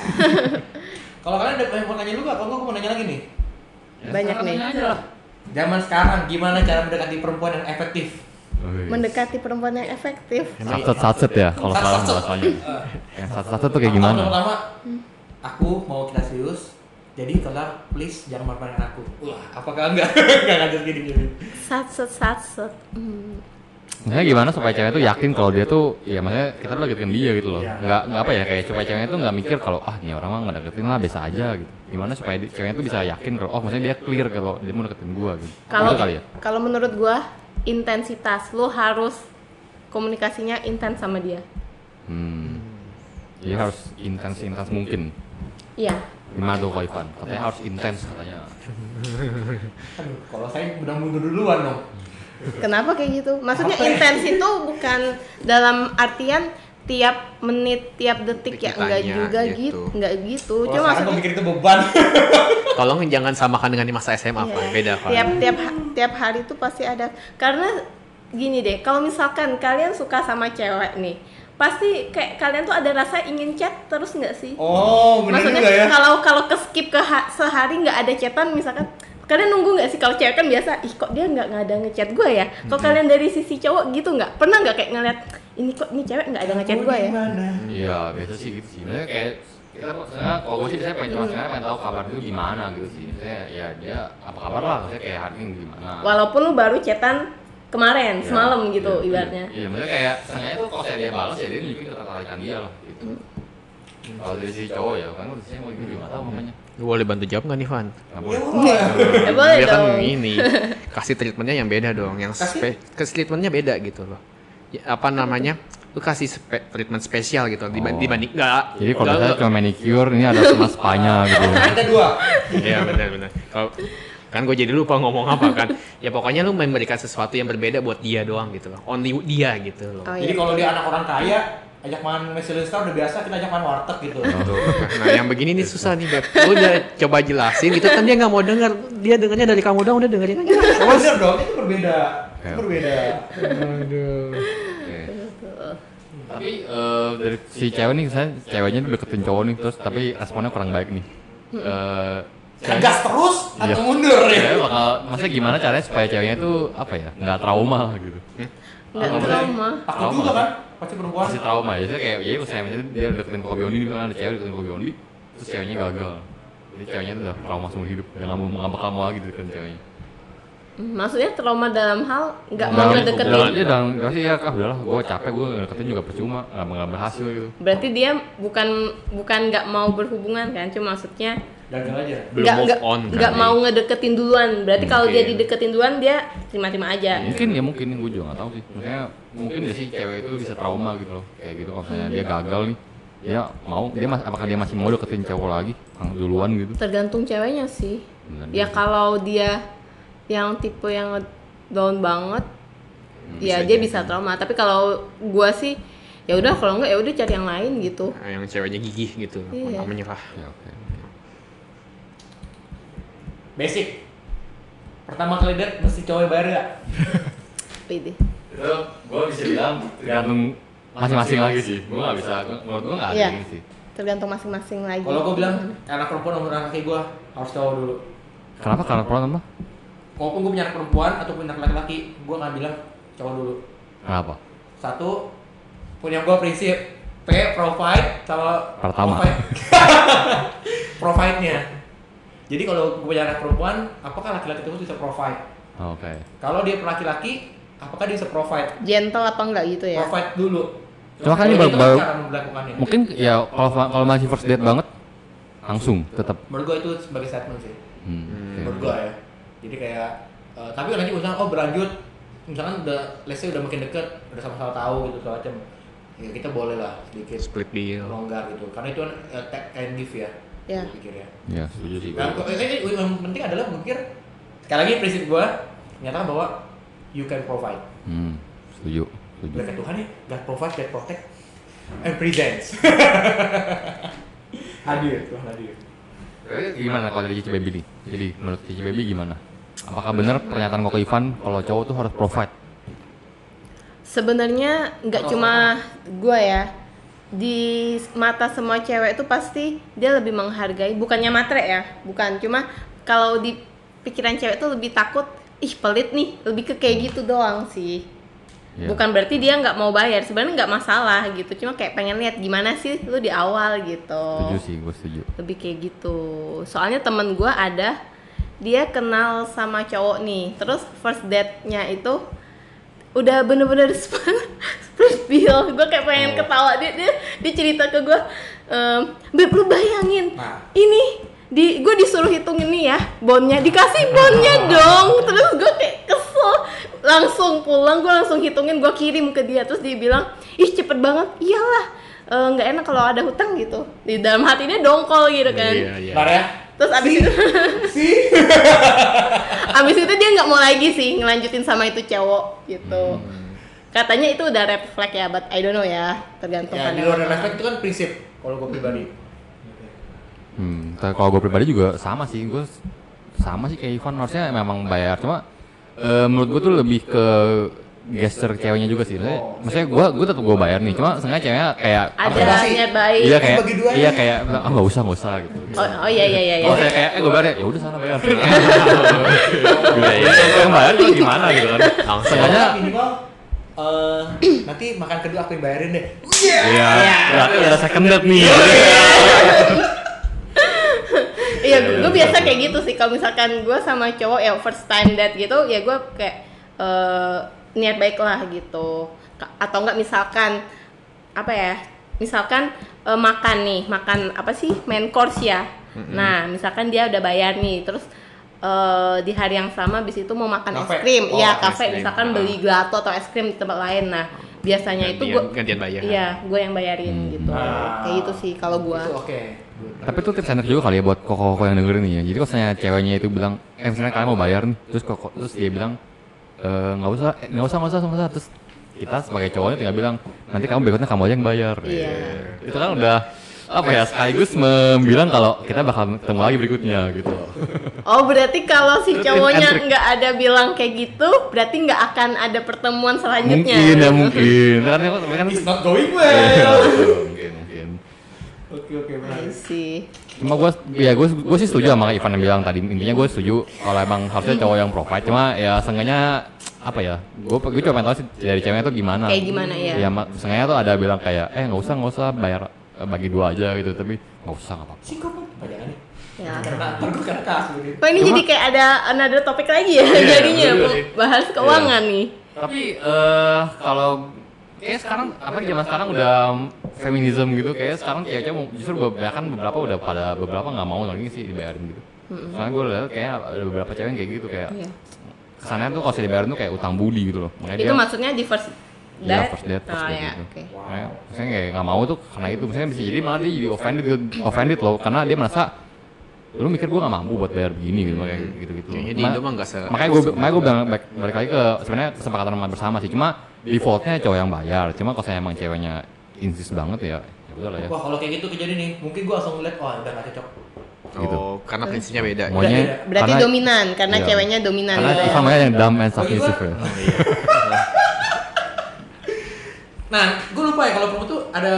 Kalau kalian ada yang mau nanya lu gak? Kalau enggak, aku mau nanya lagi nih. Banyak nih. Zaman sekarang gimana cara mendekati perempuan yang efektif? Mendekati perempuan yang efektif. Satset satset ya kalau salah Satset. bahasanya. Eh, Yang satset satset tuh kayak Aku- gimana? aku Pertama, aku mau kita serius. Jadi kalian please jangan marah-marahin aku. Wah, apakah enggak? Enggak ngajar gini-gini. Satset satset. Hmm. Maksudnya gimana supaya cewek tuh yakin kalau dia tuh, ya maksudnya kita tuh lagi deketin dia gitu loh. Iya. Nggak nggak apa ya kayak supaya ceweknya tuh nggak mikir kalau ah nih orang mah nggak deketin lah biasa aja gitu. Gimana supaya di- ceweknya tuh bisa yakin kalau oh maksudnya dia clear kalau dia mau deketin gua gitu. Kalau Gitu kali ya. kalau menurut gua intensitas lu harus komunikasinya intens sama dia. Hmm. Jadi harus intens intens mungkin. Iya. Gimana tuh Ko Ivan? Katanya harus intens katanya. Aduh, kalau saya udah mundur duluan dong. Kenapa kayak gitu? Maksudnya Apa ya? intens itu bukan dalam artian tiap menit, tiap detik ya, enggak Ditanya juga gitu. gitu, enggak gitu. Kalau Cuma sekarang gue maksudnya mikir itu beban. Tolong jangan samakan dengan di masa S M A, iya, Pak. Beda kan. Tiap tiap ha- tiap hari itu pasti ada. Karena gini deh, kalau misalkan kalian suka sama cewek nih, pasti kayak kalian tuh ada rasa ingin chat terus nggak sih? Oh, benar Maksudnya juga ya. kalau kalau ke skip ke ha- sehari nggak ada chatan misalkan kalian nunggu nggak sih kalau cewek kan biasa ih kok dia nggak nggak ada ngechat gue ya kalau kalian dari sisi cowok gitu nggak pernah nggak kayak ngeliat ini kok ini cewek nggak ada ngechat gue ya Gimana? Iya biasa sih gitu sih. Maksudnya kayak kita maksudnya kalau gue sih biasanya pengen cuma sebenarnya pengen tahu kabar itu gimana gitu sih. Maksudnya ya dia apa kabar lah. Maksudnya kayak hari ini gimana. walaupun lu baru chatan kemarin, Ya, semalam gitu iya, ibaratnya. Iya, iya maksudnya kayak sengaja tuh kalau saya dia balas ya dia nunjukin ketertarikan dia lah gitu. Kalau dari si cowok ya kan udah saya mau gitu nggak tahu namanya. Lu boleh bantu jawab nggak nih, Van? Nggak boleh. Ya boleh Dia kan dong. ini kasih treatmentnya yang beda dong, yang spe- kasih treatmentnya beda gitu loh. Ya, apa namanya? Lu kasih spe- treatment spesial gitu dibanding Oh. dibanding enggak. Jadi kalau enggak, saya lu- cuma manicure, ini ada sama spanya gitu. Ada dua. Iya benar-benar. Kalau kan gue jadi lupa ngomong apa kan. Ya pokoknya lu memberikan sesuatu yang berbeda buat dia doang gitu loh. Only dia gitu loh. Oh, Jadi iya. kalau dia anak orang kaya, ajak makan Michelin star udah biasa, kita ajak makan warteg gitu. Tuh. Nah yang begini nih susah nih Beb. Lu udah coba jelasin gitu kan dia nggak mau denger. Dia dengernya dari kamu doang, udah dengerin aja. Oh, bener dong, itu berbeda. Itu Ya. berbeda. Oke. Tapi eh, dari si cewek nih, saya ceweknya tuh deketin cowok nih terus tapi responnya kurang baik nih. Eh Gas terus atau Iya. mundur ya? cewek bakal, maksudnya gimana caranya supaya ceweknya tuh apa ya, nggak trauma gitu. Nggak Oh, trauma. Takut Trauma juga sih. kan? Pasti perempuan. Masih trauma ya, jadi kayak ya saya misalnya dia deketin Kobe Ondi kan ada cewek deketin Kobe Ondi terus ceweknya gagal. Jadi ceweknya tuh udah trauma seumur hidup, udah nggak mau nggak bakal mau lagi deketin ceweknya. Maksudnya trauma dalam hal nggak mau Dalam- ngedeketin. dalam- Dia dalam kasih ya kah udahlah gue capek gue deketin juga percuma nggak nggak berhasil gitu. Berarti dia bukan bukan nggak mau berhubungan kan, cuma maksudnya Gagal aja. Belum nggak move nggak on nggak kali. mau ngedeketin duluan. Berarti kalau dia Mungkin. dideketin duluan dia terima-terima aja. Mungkin ya mungkin gue juga nggak tahu sih. Maksudnya mungkin ya sih cewek itu bisa trauma gitu loh kayak gitu kalau misalnya dia gagal nih. Dia mau dia mas, apakah dia masih mau deketin cowok lagi yang duluan gitu? Tergantung ceweknya sih. Benar Ya juga. kalau dia yang tipe yang down banget, ya bisa dia jadi. bisa trauma. Tapi kalau gua sih ya udah, kalau enggak ya udah cari yang lain gitu. Nah, yang ceweknya gigih gitu, Iya. mau menyerah. Ya, oke. Basic. Pertama kali date mesti cowok bayar gak? Pede. Itu gue bisa bilang tergantung masing-masing lagi sih. Gue nggak bisa, gua- menurut gue nggak ada Iya. ini sih. Tergantung masing-masing lagi. Kalau gue bilang anak perempuan nomor anak laki gue harus cowok dulu. Kenapa? Karena problem apa? Walaupun gue punya anak perempuan atau punya anak laki-laki, gue nggak bilang cowok dulu. Kenapa? Satu, punya gue prinsip P provide sama Pertama. provide. Provide-nya. Jadi kalau gue punya anak perempuan, apakah laki-laki itu bisa provide? Oh, Oke. Kalau dia laki-laki, apakah dia bisa provide? Gentle apa enggak gitu ya? Provide dulu. Cuma kan ini Kalau baru- itu baru- cara melakukannya. Mungkin ya kalau kalau masih first date banget langsung tetap. Menurut gue itu sebagai statement sih. Hmm. oke. Menurut gue ya. Jadi kayak, eh, tapi nanti misalkan oh berlanjut, misalkan udah, let's say udah makin deket, udah sama-sama tahu gitu segala macam. Ya kita boleh lah sedikit Split bill. longgar gitu. Karena itu kan eh, take and give ya. Ya. Gue pikir ya. Ya setuju sih. Yang, eh, eh, yang penting adalah gue pikir sekali lagi prinsip gue menyatakan bahwa you can provide. Hmm. Setuju. Setuju. Berkat Tuhan ya, God provide, God protect, and presents. Hadir, Tuhan hadir. Gimana kalau dari Cici Baby nih? Jadi menurut Cici Baby gimana? Apakah benar pernyataan kok Ivan kalau cowok tuh harus provide? Sebenarnya nggak Atau cuma gua ya. Di mata semua cewek itu pasti dia lebih menghargai, bukannya matre ya, bukan. Cuma kalau di pikiran cewek tuh lebih takut, ih pelit nih, lebih ke kayak gitu doang sih. Ya. Bukan berarti dia nggak mau bayar, sebenarnya nggak masalah gitu. Cuma kayak pengen lihat gimana sih lu di awal gitu. Setuju sih, gue setuju. Lebih kayak gitu. Soalnya temen gue ada, dia kenal sama cowok nih, terus first date-nya itu udah bener-bener split bill. Gue kayak pengen Oh. ketawa, dia dia, dia cerita ke gue, ehm, Beb lu bayangin, Nah. ini di gue disuruh hitungin nih ya bonnya, dikasih bonnya dong. Terus gue kayak kesel, langsung pulang gue langsung hitungin, gue kirim ke dia. Terus dia bilang, ih cepet banget. Iyalah, eh, nggak enak kalau ada hutang gitu. Di dalam hatinya dongkol gitu kan. Iya, iya. Bentar ya. Terus abis itu, Si. abis itu dia nggak mau lagi sih ngelanjutin sama itu cowok gitu. Katanya itu udah red flag ya, but I don't know ya, tergantung Ya di luar refleks itu kan prinsip kalau gue pribadi. Hmm, ta- kalau gue pribadi juga sama sih, gue sama sih kayak Ivan, harusnya memang bayar. Cuma eh, menurut gue tuh lebih ke gesture ceweknya juga sih. Maksudnya, maksudnya gue gue tetap gue bayar nih, cuma sengaja ceweknya kayak Ada Apa sih? niat baik. iya kayak bagi dua iya aja. kayak ah nggak usah nggak usah gitu. Oh, oh iya iya iya. iya. Oh saya kayak eh gue bayar ya udah sana bayar. Iya iya. Yang bayar tuh gimana gitu kan? Langsung. Sengaja. Karena minimal eh, nanti makan kedua aku yang bayarin deh. Iya. Berarti udah second date nih. Iya, gue biasa kayak gitu sih. Kalau misalkan gue sama cowok ya first time date gitu, ya gue kayak eh, niat baik lah gitu. Ka- atau enggak misalkan apa ya, misalkan eh, makan nih, makan apa sih, main course ya. Nah misalkan dia udah bayar nih, terus eh, di hari yang sama bis itu mau makan Kafe. es krim, Oh, ya es kafe krim. misalkan Ah. beli gelato atau es krim di tempat lain. Nah biasanya itu Gantian- gue gantian bayar. iya gue yang bayarin gitu. Ah. Kayak gitu sih kalau gue. Itu oke. Tapi itu tips enak juga kali ya buat koko-koko yang dengerin nih ya. Jadi kalau misalnya ceweknya itu bilang, eh misalnya kalian mau bayar nih, terus koko terus dia bilang "Eh, nggak usah, eh, nggak usah, nggak usah, nggak usah. Terus kita sebagai cowoknya tinggal bilang, nanti kamu berikutnya kamu aja yang bayar. Iya. Eh, Itu kan udah apa ya, sekaligus membilang kalau kita bakal ketemu lagi berikutnya gitu. Oh berarti kalau si Itu cowoknya trik and nggak ada bilang kayak gitu, berarti nggak akan ada pertemuan selanjutnya. Mungkin ya mungkin. Karena kan kan It's not going Iya, well. betul, mungkin mungkin. Oke oke I menarik. see. Cuma gue, ya gue, gue sih setuju sama Ivan yang bilang tadi. Intinya gue setuju kalau emang harusnya cowok yang provide. Cuma ya seenggaknya apa ya? Gue, gue cuma pengen tahu sih dari ceweknya tuh gimana. Kayak gimana ya? Ya, ma- seenggaknya tuh ada bilang kayak, eh nggak usah, nggak usah bayar, eh, bagi dua aja gitu. Tapi nggak usah, nggak apa-apa. Singkong kan pajangannya. Ya. Karena ntar gue karena kasus gitu. Oh ini Cuma- jadi kayak ada another topik lagi ya Iya, jadinya betul bu- sih. bahas keuangan nih. Tapi eh kalau kayak sekarang apa zaman sekarang udah feminisme gitu, kayak sekarang cewek-cewek mau- justru beberapa kan beberapa udah pada beberapa nggak mau lagi sih dibayarin gitu. Soalnya gue lihat kayak ada beberapa cewek yang kayak gitu kayak Iya. kesannya tuh kalau dibayarin tuh kayak utang budi gitu loh. Makanya Itu dia- maksudnya di first Iya, date. first date, first Oh date ya, gitu. oke. Makanya misalnya kayak nggak mau tuh karena itu, misalnya bisa jadi malah dia jadi offended gitu, offended loh, karena dia merasa lu mikir gue nggak mampu buat bayar begini gitu, kayak gitu gitu. Kayaknya di Indo mah nggak se- Makanya gue makanya gue bilang balik, balik lagi ke sebenarnya kesepakatan bersama sih, cuma defaultnya cowok yang bayar, cuma kalau saya emang ceweknya insist banget ya ya udah lah ya. Wah kalau kayak gitu kejadian nih, mungkin gue langsung ngeliat, wah udah gak cocok. Gitu. Oh, karena prinsipnya beda. Maunya Berarti karena- dominan karena iya. ceweknya dominan karena gitu ya. Ivan makanya yang dumb and Bagi submissive gua- ya. Nah, gue lupa ya kalau promo tuh ada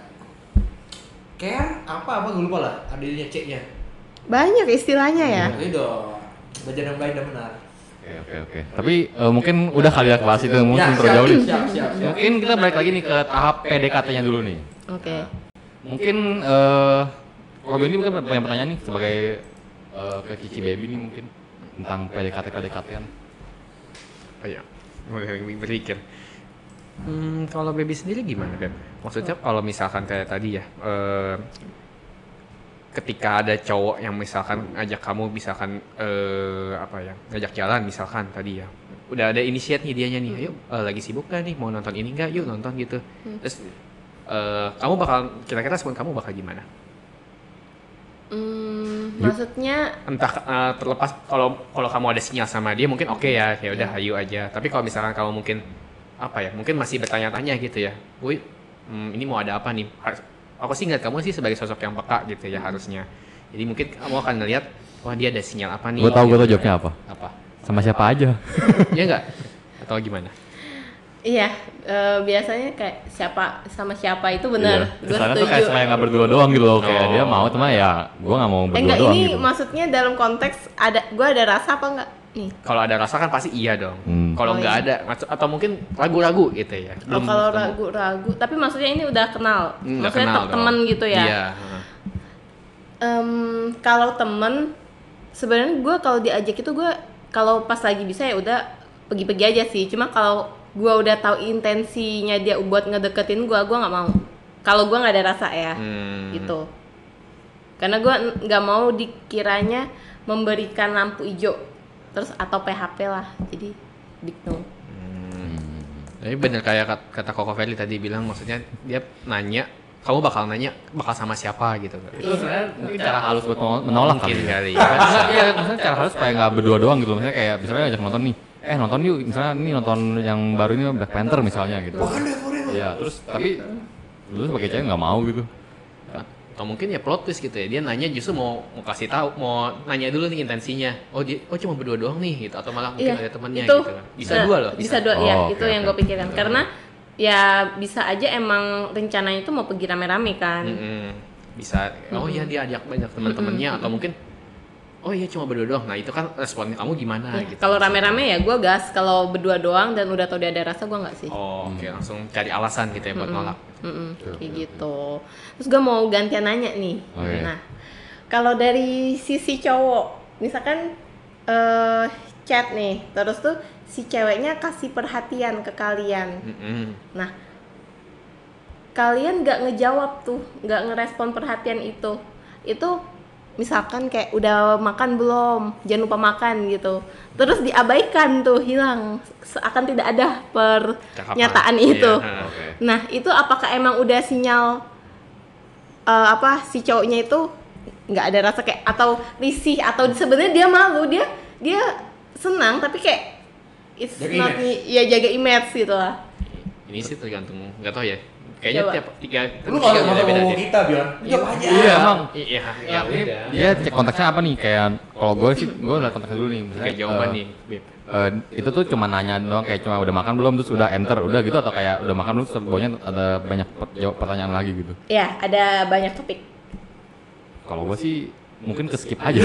care apa apa gue lupa lah, ada ininya C-nya. Banyak istilahnya ya. Itu dong. Belajar yang baik dan benar. Oke oke oke. Tapi eh, mungkin udah kali ya bahas itu, mungkin Ya, terlalu siap, jauh nih. siap, siap, siap. Mungkin kita balik lagi nih ke tahap P D K T-nya dulu nih. Oke. Mungkin eh Robin ini mungkin punya pertanyaan nih sebagai eh, ke Cici Baby nih mungkin tentang P D K T P D K T-an. Oh iya, mulai berpikir. Hmm, kalau baby sendiri gimana, Beb? Maksudnya kalau misalkan kayak tadi ya, eh, ketika ada cowok yang misalkan ngajak kamu, misalkan eh, apa ya, ngajak jalan misalkan tadi ya, udah ada inisiat nih dianya nih, ayo eh, lagi sibuk gak nih, mau nonton ini nggak? Yuk nonton gitu. Terus eh, kamu bakal, kira-kira respon kamu bakal gimana? Hmm, maksudnya Entah eh, terlepas kalau kalau kamu ada sinyal sama dia mungkin oke ya, ya udah ayo aja. Tapi kalau misalkan kamu mungkin apa ya, mungkin masih bertanya-tanya gitu ya, woi hmm, ini mau ada apa nih? Har- aku sih ngeliat kamu sih sebagai sosok yang peka gitu ya harusnya. Jadi mungkin kamu akan ngeliat, wah dia ada sinyal apa nih? Gue tau gue tau gitu. jawabnya apa. Apa? Sama siapa aja. Iya nggak? Atau gimana? iya eh, biasanya kayak siapa sama siapa itu benar. Iya. Gue Kesana tuh setuju. kayak supaya nggak berdua doang gitu loh, kayak Oh. dia mau cuma ya gue nggak mau Eh, berdua enggak doang ini gitu. maksudnya dalam konteks ada gue ada rasa apa enggak nih? Kalau ada rasa kan pasti iya dong. Hmm. Kalau Oh, nggak iya. ada atau- atau mungkin ragu-ragu gitu ya. Oh, Belum kalau ketemu. ragu-ragu, tapi maksudnya ini udah kenal, Hmm, udah maksudnya kenal te- temen dong. gitu ya. Iya. heeh. Em, kalau temen, sebenarnya gue kalau diajak itu gue kalau pas lagi bisa ya udah pergi-pergi aja sih. Cuma kalau gue udah tahu intensinya dia buat ngedeketin gue, gue nggak mau. Kalau gue nggak ada rasa ya, Hmm. gitu. Karena gue n- nggak mau dikiranya memberikan lampu hijau, terus atau P H P lah. Jadi big no. Tapi bener kayak kat- kata Koko Feli tadi bilang, maksudnya dia nanya, kamu bakal nanya bakal sama siapa gitu. Itu sebenarnya mungkin cara halus buat menol- menolak Mungkin kali. ya. kali. Karena iya, maksudnya cara halus supaya nggak berdua doang gitu. Misalnya kayak misalnya ngajak nonton nih, eh nonton yuk, misalnya ini nonton yang baru ini Black Panther misalnya gitu. Iya, terus tapi lu sebagai cewek nggak mau gitu. Atau mungkin ya plot twist gitu ya, dia nanya justru mau mau kasih tahu, mau nanya dulu nih intensinya. Oh dia, oh cuma berdua doang nih gitu, atau malah mungkin ada temennya itu gitu kan. Bisa dua loh. Bisa dua, ya Oh, itu oke, yang oke. gue pikirkan. Karena ya bisa aja emang rencananya itu mau pergi rame-rame kan. Mm-mm. Bisa. Oh iya dia ajak banyak teman-temannya atau mungkin oh iya cuma berdua doang. Nah itu kan respon kamu gimana Ya, gitu. kalau rame-rame ya gue gas. Kalau berdua doang dan udah tau dia ada rasa, gue nggak sih. Oh oke langsung cari alasan gitu ya buat nolak. Mm-mm, kayak gitu. Terus gue mau gantian nanya nih. Oke. Nah, kalau dari sisi cowok, misalkan eh chat nih, terus tuh si ceweknya kasih perhatian ke kalian. Mm-mm. Nah, kalian nggak ngejawab tuh, nggak ngerespon perhatian itu. Itu misalkan kayak udah makan belum, jangan lupa makan gitu. Terus diabaikan tuh, hilang, seakan tidak ada pernyataan Cakapan. itu. Iya, Oke. Nah, itu apakah emang udah sinyal eh, apa si cowoknya itu nggak ada rasa kayak atau risih atau sebenarnya dia malu, dia dia senang tapi kayak it's Jaga not image. ya jaga image gitu lah. Ini sih tergantung, nggak tahu ya. Kayaknya Coba. tiap tiga Lu tiga kalau mau beda-beda ngomong deh. kita, Bion. Jawab aja. Iya, emang. Iya, ya udah. Dia cek konteksnya apa nih? Kayak kalau gue sih, gue liat konteksnya dulu nih. Misalnya, Kayak jawaban eh, nih, Beb. eh, itu tuh cuma nanya doang, kayak cuma udah makan belum, terus udah enter, udah gitu, atau kayak udah makan belum, terus bawahnya ada banyak per- jawab pertanyaan lagi gitu. Ya, ada banyak topik. Kalau gue sih mungkin ke skip aja.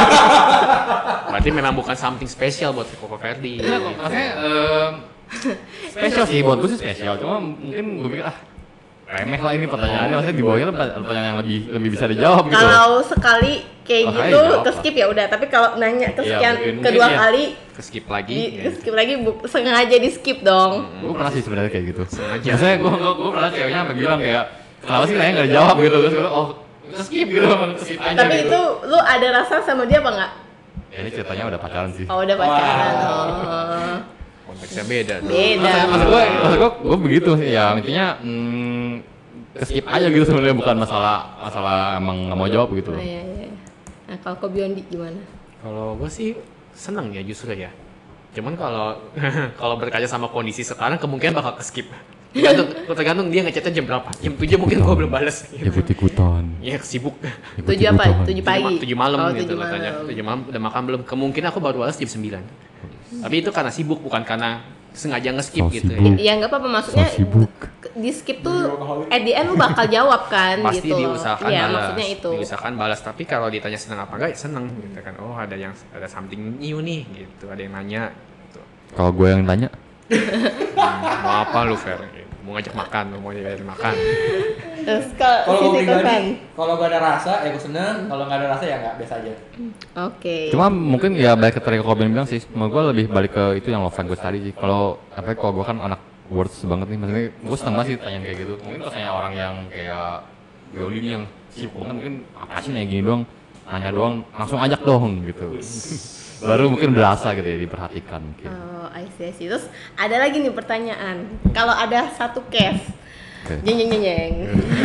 Berarti memang bukan something spesial buat Koko Ferdi. Iya, kok maksudnya em, spesial sih buat gue sih spesial, cuma mungkin gue pikir ah remeh lah ini pertanyaannya, maksudnya di bawahnya tuh pertanyaan yang lebih lebih bisa dijawab gitu. Kalau sekali kayak Oh, gitu jawab ke lah. skip ya udah, tapi kalau nanya Iya, kesekian mungkin- kedua mungkin ya. kali Keskip lagi. di ya. skip lagi bu, sengaja di skip dong. Gue pernah sih sebenarnya kayak gitu. Sengaja. Maksudnya gue gue gue pernah ceweknya sampai bilang kayak kenapa sih nanya nggak dijawab gitu, terus gue oh ke skip gitu, ke skip aja. Tapi gitu. itu lu ada rasa sama dia apa enggak? Ya, ini ceritanya udah pacaran sih. Oh, udah pacaran. Wow. Oh. Konteksnya beda. dong. Beda. Maksud, maksud gue, maksud gue, gue begitu sih ya, intinya hmm, ke skip aja gitu sebenarnya, bukan masalah masalah emang nggak mau jawab gitu Oh, loh. iya, iya. Nah, kalau kau Biondi gimana? Kalau gue sih seneng ya justru ya. Cuman kalau kalau berkaca sama kondisi sekarang kemungkinan bakal ke skip. Tergantung, tergantung dia ngechatnya jam berapa. Jam tujuh mungkin gue belum balas. Ikut ikutan. Ya sibuk. Tujuh apa? Tujuh pagi. tujuh malam Oh, gitu tujuh katanya. malam. tujuh malam udah makan belum? Kemungkinan aku baru balas jam sembilan. Tapi itu karena sibuk bukan karena sengaja nge-skip So gitu. sibuk. Ya nggak apa-apa, maksudnya So sibuk. ke- di skip tuh at the end lu bakal jawab kan Pasti gitu loh. diusahakan Iya, balas. maksudnya itu. Diusahakan balas, tapi kalau ditanya seneng apa enggak ya seneng gitu kan. Oh, ada yang ada something new nih gitu. Ada yang nanya gitu. Kalau gue yang tanya, Hmm, mau apa lu Fer? Mau ngajak makan, mau ngajak makan. Terus kalau Kalau gue sisi Tosan. pribadi, kalau gue ada rasa, ya gue seneng. Kalau nggak ada rasa ya nggak, biasa aja. Oke. cuma mungkin ya balik ke tadi kau bilang sih, menurut gue lebih balik ke itu yang love language tadi sih. Kalau apa kalau gue kan anak words banget nih, maksudnya gue seneng banget sih tanya kayak gitu. Mungkin kalau saya orang yang kayak Yoli yang sibuk banget, mungkin apa sih nanya gini doang, nanya doang, langsung ajak dong gitu. Baru mungkin berasa gitu ya, diperhatikan mungkin. Oh, I see, I see. Terus ada lagi nih pertanyaan. Kalau ada satu case, Oke. jeng jeng jeng jeng.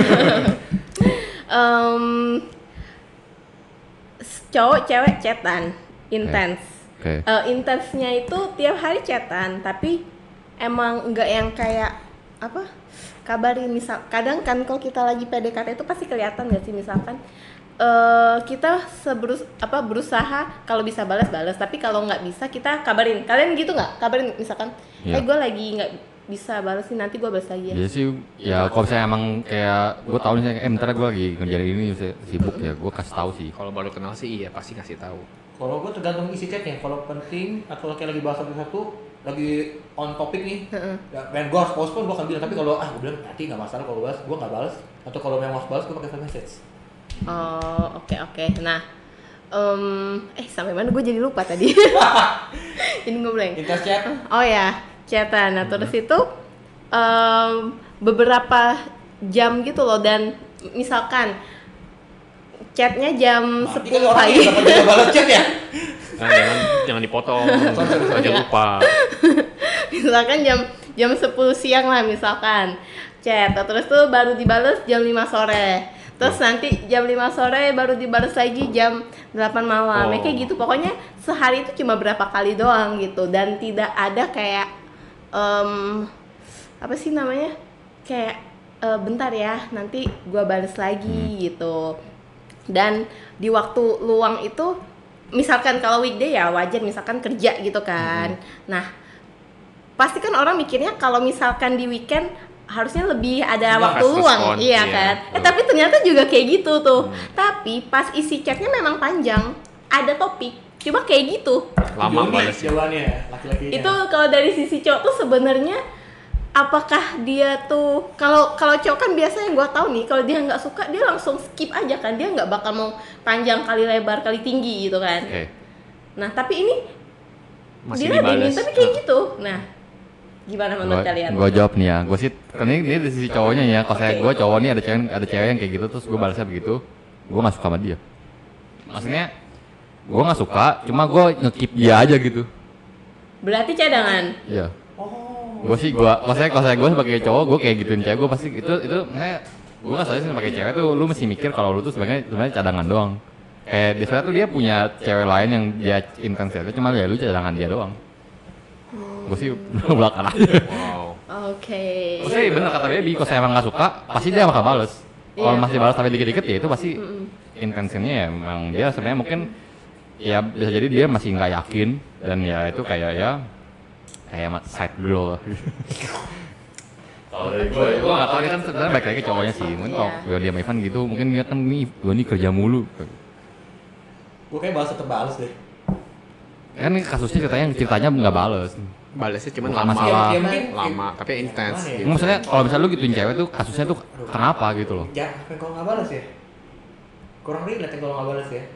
Em, s- cowok cewek chatan, intens. Oke. Eh, intensnya itu tiap hari chatan, tapi emang enggak yang kayak apa? Kabarin misal. Kadang kan kalau kita lagi P D K T itu pasti kelihatan nggak sih, misalkan eh kita seberus apa berusaha kalau bisa balas-balas, tapi kalau nggak bisa kita kabarin. Kalian gitu nggak? Kabarin misalkan, Iya. eh gue lagi nggak bisa balas nih, nanti gue balas lagi ya. Iya sih, ya kalau misalnya emang kayak gue tahu nih, eh bentar gue lagi ngerjain ini, saya sibuk ya, gue kasih tahu sih. Kalau baru kenal sih iya pasti ngasih tahu. Kalau gue tergantung isi chatnya. Kalau penting atau kayak lagi bahas satu-satu, lagi on topik nih, ya, dan gue harus postpone, gue akan bilang. Tapi kalau ah gue bilang nanti nggak masalah kalau balas, gue nggak balas. Atau kalau memang harus balas, gue pakai message. Oh, oke oke. Nah, em, eh sampai mana gue jadi lupa tadi. Ini gue blank. Intens chat, Oh ya, chatan. Nah, terus itu em, beberapa jam gitu loh, dan misalkan chatnya jam Nah, sepuluh orang pagi. yang dapat jaga balas chat ya. Nah, jangan jangan dipotong. Aja lupa. Misalkan jam jam sepuluh siang lah misalkan chat, terus tuh baru dibales jam lima sore. Terus nanti jam lima sore baru dibales lagi jam delapan malam. Ya, Oh. kayak gitu. Pokoknya sehari itu cuma berapa kali doang gitu, dan tidak ada kayak em, apa sih namanya? Kayak eh, bentar ya, nanti gua bales lagi gitu. Dan di waktu luang itu misalkan kalau weekday ya wajar misalkan kerja gitu kan. Nah, pasti kan orang mikirnya kalau misalkan di weekend harusnya lebih ada Jelas waktu respon, luang, iya iya, kan? Eh betul. tapi ternyata juga kayak gitu tuh. Tapi pas isi chatnya memang panjang, ada topik, cuma kayak gitu. Lama Johnny balas. jawabannya, laki-lakinya. Itu kalau dari sisi cowok tuh sebenarnya apakah dia tuh kalau kalau cowok kan biasanya gue tahu nih, kalau dia nggak suka dia langsung skip aja kan, dia nggak bakal mau panjang kali lebar kali tinggi gitu kan. Oke. Nah tapi ini masih diladenin dibales. tapi kayak Nah. gitu. Nah, gimana menurut kalian? Gue jawab nih ya, gue sih, karena ini, ini dari sisi cowoknya ya. Kalau saya Oke. gue cowok nih ada cewek ada cewek yang kayak gitu terus gue balasnya begitu, gue nggak suka sama dia. Maksudnya gue nggak suka, cuma gue nge-keep dia aja gitu. Berarti cadangan. Iya. Oh. Gue sih gue, kalau saya kalau saya gue sebagai cowok gue kayak gituin cewek gue pasti itu itu, maksudnya gue nggak salah sih sebagai cewek tuh lu mesti mikir kalau lu tuh sebenarnya sebenarnya cadangan doang. Kayak di sana tuh dia punya cewek lain yang dia intensnya cuma ya lu cadangan dia doang. Gue sih belakang aja. Wow. Oke. Gue sih bener kata Baby, kalau saya emang nggak suka pasti dia bakal bales. Kalau Iya. masih balas sampai dikit-dikit ya itu pasti Mm-mm. intensinya ya emang dia sebenarnya mungkin ya bisa jadi dia masih nggak yakin dan ya itu kayak ya kayak ma- side girl lah. Kalau dari gue, gue nggak tahu dia kan sebenarnya baik lagi ke cowoknya sih. Mungkin kalau Iya. gue dia sama Ivan gitu, mungkin dia kan nih gue nih kerja mulu. Gue kayak balas tetep balas deh. Kan ini kasusnya ceritanya ceritanya nggak bales. Balesnya cuma Bukan lama, masalah. Ya, mungkin lama, tapi intens. Gimana ya? Gitu. Maksudnya kalau misalnya lu gituin cewek tuh kasusnya tuh kenapa gitu loh? Ya, apa kalau nggak balas ya? Kurang relate ya kalau nggak balas ya.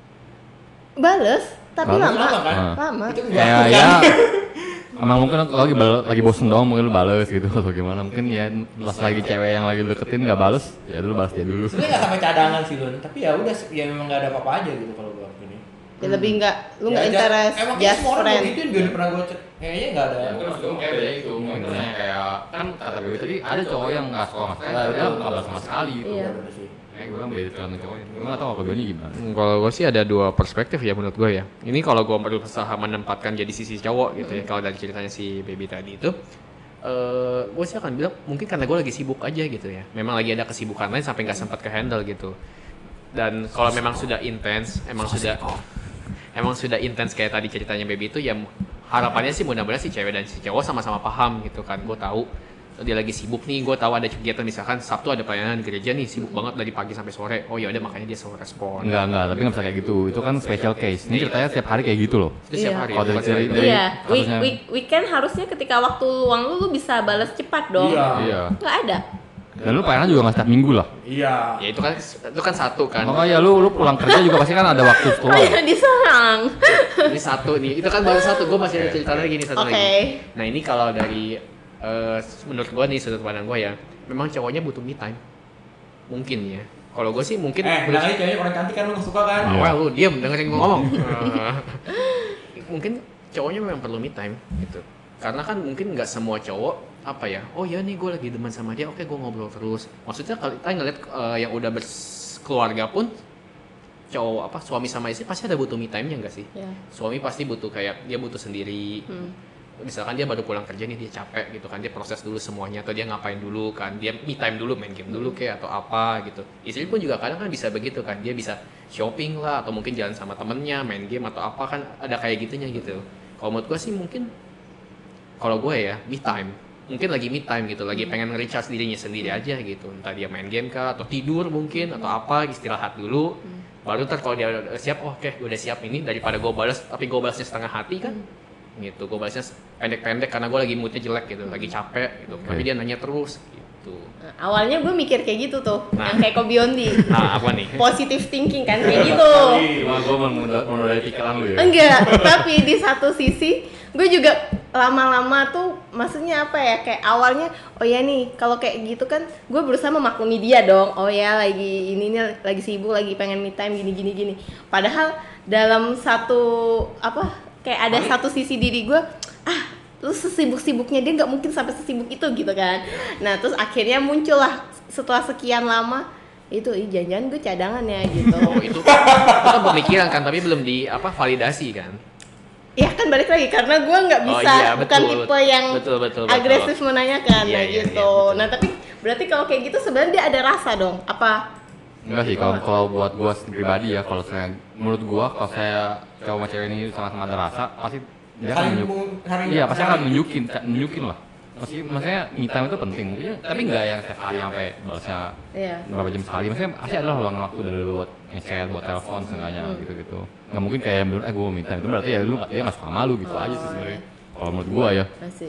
Bales, tapi Bales lama. Lama kan? Ah. Lama. Itu enggak. Kayak ya emang mungkin lo lagi bal- lagi bosen doang mungkin lu bales gitu atau gimana mungkin ya pas lagi cewek yang lagi lu deketin nggak bales ya dulu balas dia dulu. Sebenarnya nggak sampai cadangan sih Lun, tapi ya udah ya memang nggak ada apa-apa aja gitu kalau gue ini. Ya lebih enggak, lu Ya, enggak ja- interest, Emang kayak just semua orang friend. begitu juga pernah gue cek. Kayaknya nggak ada. Ya, mungkin maksud gue kayak beda itu, misalnya kayak kan kata Baby tadi ada cowok yang nggak suka sama saya, dia nggak balas sama sekali gitu. Iya. Bener sih. Kayak gue kan beda tergantung cowoknya. Gue nggak tahu kalau ini gimana. Hmm, Kalau gue sih ada dua perspektif ya menurut gue ya. Ini kalau gue berusaha menempatkan jadi sisi cowok gitu ya. Kalau dari ceritanya si Baby tadi itu, eh gue sih akan bilang mungkin karena gue lagi sibuk aja gitu ya. Memang lagi ada kesibukan lain sampai nggak sempat ke handle gitu. Dan kalau memang sudah intens, emang sudah, emang sudah intens kayak tadi ceritanya Baby itu ya harapannya sih mudah-mudahan si cewek dan si cowok sama-sama paham gitu kan. Gue tahu dia lagi sibuk nih, gue tahu ada kegiatan misalkan Sabtu ada pelayanan gereja nih, sibuk banget dari pagi sampai sore. Oh ya udah makanya dia selalu respon. Enggak enggak, tapi nggak bisa kayak gitu. Itu kan special case. Ini ceritanya setiap hari kayak gitu loh. Itu setiap Iya. hari. Kalau dari bukan ciri- setiap dari- Iya, week, harusnya- week, weekend harusnya ketika waktu luang lu, lu bisa balas cepat dong. Iya. Iya. Nggak ada. Dan lu pelayanan juga nggak setiap minggu lah. Iya. Ya itu kan itu kan satu kan. Makanya lu lu pulang kerja juga pasti kan ada waktu setelah. Kayak diserang. Ini satu nih. Itu kan baru satu. Gue masih ada cerita lagi nih satu Oke. lagi. Nah ini kalau dari eh, menurut gue nih sudut pandang gue ya, memang cowoknya butuh me time. Mungkin ya. Kalau gue sih mungkin. Eh, bilangnya ceweknya orang cantik kan lu nggak suka kan? Iya. Wah lu diam dengerin gue ngomong. Eh, mungkin cowoknya memang perlu me time gitu. Karena kan mungkin nggak semua cowok apa ya, oh ya nih gue lagi demen sama dia, oke gue ngobrol terus. Maksudnya kalau kita ngeliat eh, yang udah berkeluarga pun cowok apa suami sama istri pasti ada butuh me time-nya nggak sih? Ya. Suami pasti butuh kayak dia butuh sendiri. Hmm. Misalkan dia baru pulang kerja nih, dia capek gitu kan, dia proses dulu semuanya atau dia ngapain dulu kan, dia me time dulu, main game dulu kayak atau apa gitu. Istri pun juga kadang kan bisa begitu kan, dia bisa shopping lah atau mungkin jalan sama temennya, main game atau apa kan, ada kayak gitunya gitu. Kalau menurut gue sih mungkin kalau gue ya me time, mungkin lagi me time gitu, lagi pengen recharge dirinya sendiri aja gitu, entah dia main game kah atau tidur mungkin atau apa, istirahat dulu. Baru ntar kalau dia udah siap, oh, oke gue udah siap ini, daripada gue balas tapi gue balasnya setengah hati kan gitu, gue balasnya pendek-pendek karena gue lagi moodnya jelek gitu, lagi capek gitu, tapi dia nanya terus gitu. Nah, awalnya gue mikir kayak gitu tuh, Nah. yang kayak Kobiondi. Nah apa nih? Positive thinking kan kayak gitu. Cuma gue menodai pikiran lu ya. Enggak, tapi di satu sisi gue juga lama-lama tuh maksudnya apa ya, kayak awalnya oh ya nih kalau kayak gitu kan gue berusaha memaklumi dia dong, oh ya lagi ini nih lagi sibuk, lagi pengen me time gini gini gini, padahal dalam satu apa kayak ada satu sisi diri gue, ah lu sesibuk-sibuknya dia nggak mungkin sampai sesibuk itu gitu kan. Nah terus akhirnya muncul lah setelah sekian lama itu, ih jangan-jangan gue cadangan ya gitu. Oh itu, itu kan pemikiran kan, tapi belum di apa validasi kan? Ya kan balik lagi karena gue nggak Oh, bisa, iya, bukan betul. tipe yang Betul, betul, betul. agresif menanyakan, Iya, nah iya, gitu. iya, betul. Nah tapi berarti kalau kayak gitu sebenarnya dia ada rasa dong? Apa? Enggak sih, kalau kalau buat gua pribadi ya, kalau saya menurut gua kalau saya cowok sama cewek ini sama-sama ada rasa, pasti dia akan Saling nunjuk. meng- saling- Iya, pasti akan nunjukin, nunjukin lah. Masih, maksudnya me time itu penting, ya, tapi nggak yang setiap hari sampai balasnya Iya. berapa jam sekali. Maksudnya pasti ada luang waktu dari lu buat nge-chat, buat telepon, seenggaknya Hmm. gitu-gitu. Nggak mungkin kayak yang bilang, eh gua mau me time, itu berarti ya lu dia nggak suka sama lu gitu Oh, aja sih sebenarnya. iya. Kalau menurut gua ya. Masih.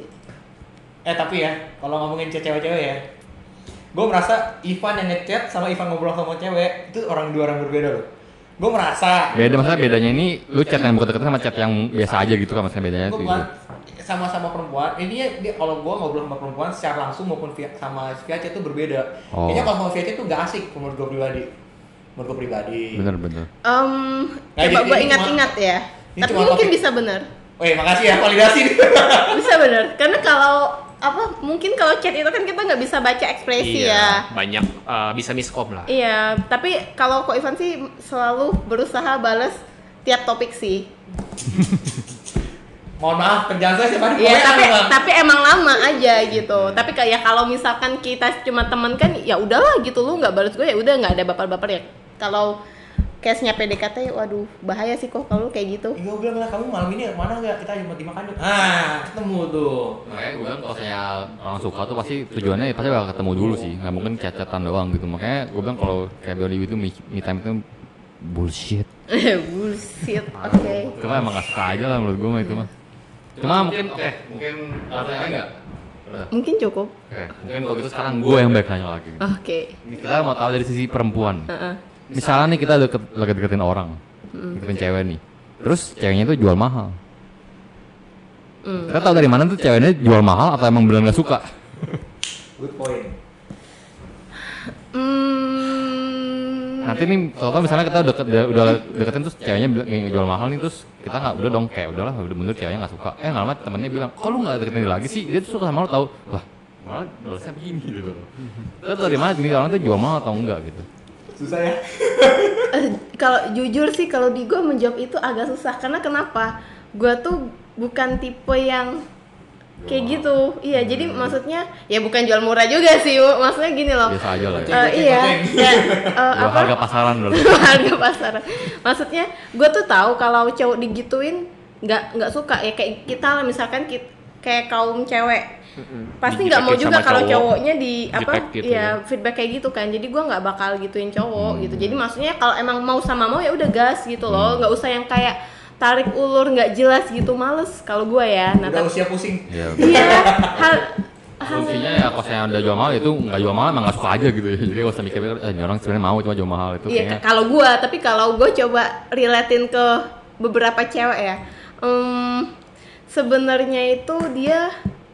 Eh tapi ya, kalau ngomongin cewek-cewek ya, gue merasa Ivan yang ngechat sama Ivan ngobrol sama cewek itu orang dua orang berbeda loh. gue merasa Beda maksudnya bedanya ini lu chat yang bukan deket sama chat yang biasa aja gitu kan maksudnya bedanya gue tuh. bukan Gitu. sama-sama perempuan. Intinya dia kalau gue ngobrol sama perempuan secara langsung maupun via, sama via chat itu berbeda. Oh. Kayaknya kalau sama via chat itu gak asik menurut gue pribadi. Menurut gue pribadi. Bener bener. Em, Nah, coba jadi gue ini ingat-ingat ya. ini Tapi cuma mungkin topik. bisa bener. Oke, makasih ya validasi. Bisa bener. Karena kalau apa mungkin kalau chat itu kan kita nggak bisa baca ekspresi Iya, ya. banyak uh, bisa miskom lah. Iya, tapi kalau Ko Ivan sih selalu berusaha balas tiap topik sih. Mohon maaf, kerjaan saya siapa Iya, tapi tapi emang lama aja gitu. Tapi kayak kalau misalkan kita cuma temen kan, ya udahlah gitu, lu nggak balas gue ya udah nggak ada baper-baper ya. Kalau case-nya P D K T, waduh bahaya sih kok kalau kayak gitu. Iya, gue bilang lah, kamu malam ini mana nggak kita cuma dimakan yuk. Ah, ketemu tuh. Makanya gue bilang kalau saya orang suka tuh pasti tujuannya pasti bakal ketemu dulu sih, nggak mungkin chat-chatan doang gitu. Makanya gue bilang kalau kayak Bioli itu me me time itu bullshit. Bullshit, oke. Cuma emang gak suka aja lah menurut gue mah itu mah. Cuma mungkin oke, mungkin ada yang enggak? Mungkin cukup. Oke, mungkin kalau gitu sekarang gue yang baik nanya lagi. Oke. Kita mau tahu dari sisi perempuan. Heeh. Misalnya nih kita deket, lagi deketin orang, deketin cewek nih. Terus ceweknya itu jual mahal. Hmm. Kita tahu dari mana tuh ceweknya jual mahal atau emang benar nggak suka? Good point. Hmm. Nanti nih, kalau misalnya kita deket, udah deketin terus ceweknya bilang "Nggak jual mahal nih," terus kita nggak udah dong kayak udahlah udah bener ceweknya nggak suka. Eh nggak lama temennya bilang, kok lu nggak deketin dia lagi sih? Dia tuh suka sama lu tahu. Lah malah balasnya begini gitu. Kita tahu dari mana nih orang tuh jual mahal atau enggak gitu? Susah ya. Eh, kalau jujur sih kalau di gue menjawab itu agak susah karena kenapa? Gue tuh bukan tipe yang kayak gitu. Iya, jadi maksudnya ya bukan jual murah juga sih. Maksudnya gini loh. Biasa aja lah ya. Eh, iya, ya, eh, Jual apa? harga pasaran dulu. Harga pasaran. Maksudnya gue tuh tahu kalau cowok digituin nggak nggak suka ya kayak kita lah misalkan kita, kayak kaum cewek pasti nggak mau Dijutekin juga sama kalau cowok. cowoknya di apa Jutek gitu ya ya. feedback kayak gitu kan, jadi gue nggak bakal gituin cowok gitu. Jadi maksudnya kalau emang mau sama mau ya udah gas gitu loh, nggak usah yang kayak tarik ulur nggak jelas gitu, males kalau gue ya. Nah, Udah tapi- usia pusing. Iya. iya hal hal Fungsinya ya kalau saya udah jual mahal itu nggak jual mahal emang nggak suka aja gitu ya. Jadi gak usah mikir eh, ini orang sebenarnya mau cuma jual mahal itu iya kayaknya. kalau gue, tapi kalau gue coba relatein ke beberapa cewek ya, em, sebenarnya itu dia